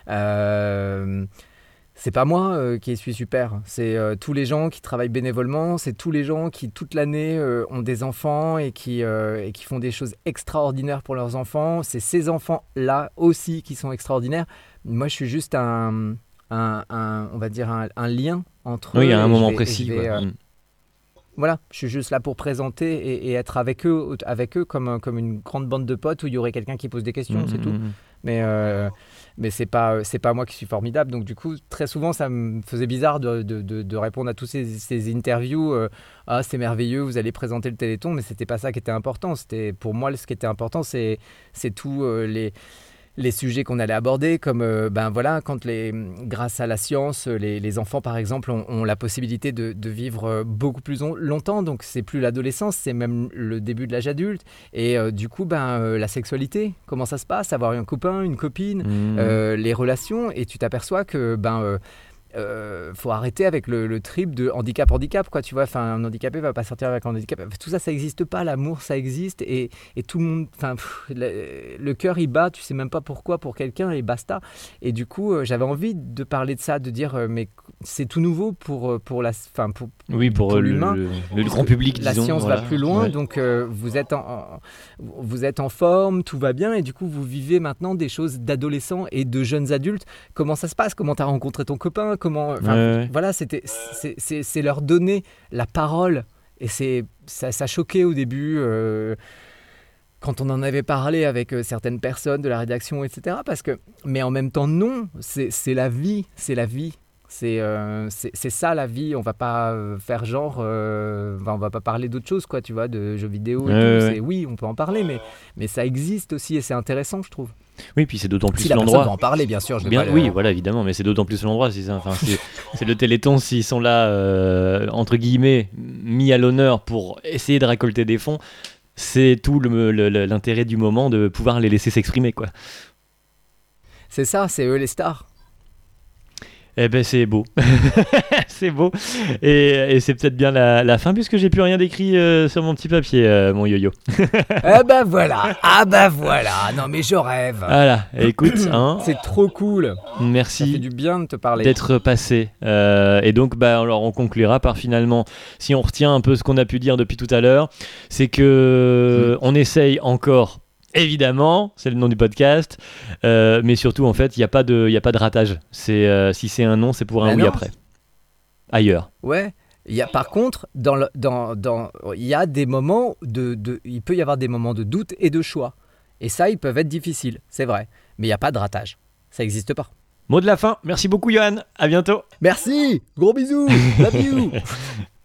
C'est pas moi qui suis super, c'est tous les gens qui travaillent bénévolement, c'est tous les gens qui toute l'année ont des enfants et qui font des choses extraordinaires pour leurs enfants. C'est ces enfants-là aussi qui sont extraordinaires. Moi, je suis juste on va dire un lien entre eux. Oui, à un moment précis. Voilà, je suis juste là pour présenter et être avec eux comme une grande bande de potes où il y aurait quelqu'un qui pose des questions, c'est tout. Mais c'est pas moi qui suis formidable. Donc du coup, très souvent, ça me faisait bizarre de répondre à tous ces interviews. Ah, c'est merveilleux, vous allez présenter le Téléthon, mais c'était pas ça qui était important. Pour moi, ce qui était important, c'est tout les sujets qu'on allait aborder, comme voilà, grâce à la science, les enfants par exemple ont la possibilité de vivre beaucoup plus longtemps, donc c'est plus l'adolescence, c'est même le début de l'âge adulte, et du coup la sexualité, comment ça se passe, avoir un copain, une copine, les relations, et tu t'aperçois que faut arrêter avec le trip de handicap quoi, tu vois, un handicapé va pas sortir avec un handicap, tout ça n'existe pas, l'amour ça existe et tout le monde, le cœur il bat, tu sais même pas pourquoi pour quelqu'un et basta. Et du coup j'avais envie de parler de ça, de dire mais c'est tout nouveau pour l'humain, le grand public, la disons, science voilà. va plus loin, ouais. Donc vous êtes en forme, tout va bien, et du coup vous vivez maintenant des choses d'adolescents et de jeunes adultes. Comment ça se passe, comment t'as rencontré ton copain, voilà, c'est leur donner la parole, et ça choquait au début quand on en avait parlé avec certaines personnes de la rédaction, etc. Mais en même temps non, c'est la vie. C'est ça la vie, on va pas faire genre, on va pas parler d'autre chose, quoi, tu vois, de jeux vidéo et tout. Oui, on peut en parler, mais ça existe aussi et c'est intéressant, je trouve. Oui, puis c'est d'autant plus si la l'endroit. Personne va en parler, bien sûr. Oui, voilà, évidemment, mais c'est d'autant plus l'endroit. C'est le Téléthon, s'ils sont là, entre guillemets, mis à l'honneur pour essayer de récolter des fonds, c'est tout l'intérêt du moment de pouvoir les laisser s'exprimer, quoi. C'est ça, c'est eux les stars. Eh ben c'est beau, c'est beau, et c'est peut-être bien la fin puisque j'ai plus rien d'écrit sur mon petit papier, mon yo-yo. Voilà, voilà, non mais je rêve. Voilà, écoute, c'est trop cool. Merci. Ça fait du bien de te parler. D'être passé, et donc alors on conclura par finalement, si on retient un peu ce qu'on a pu dire depuis tout à l'heure, c'est que on essaye encore. Évidemment, c'est le nom du podcast, mais surtout en fait, il y a pas de ratage. Si c'est un non, c'est pour un oui après. Ailleurs. Ouais. Par contre, il y a des moments il peut y avoir des moments de doute et de choix. Et ça, ils peuvent être difficiles, c'est vrai. Mais il n'y a pas de ratage. ça n'existe pas. Mot de la fin, merci beaucoup Johan, à bientôt. Merci, gros bisous, love you.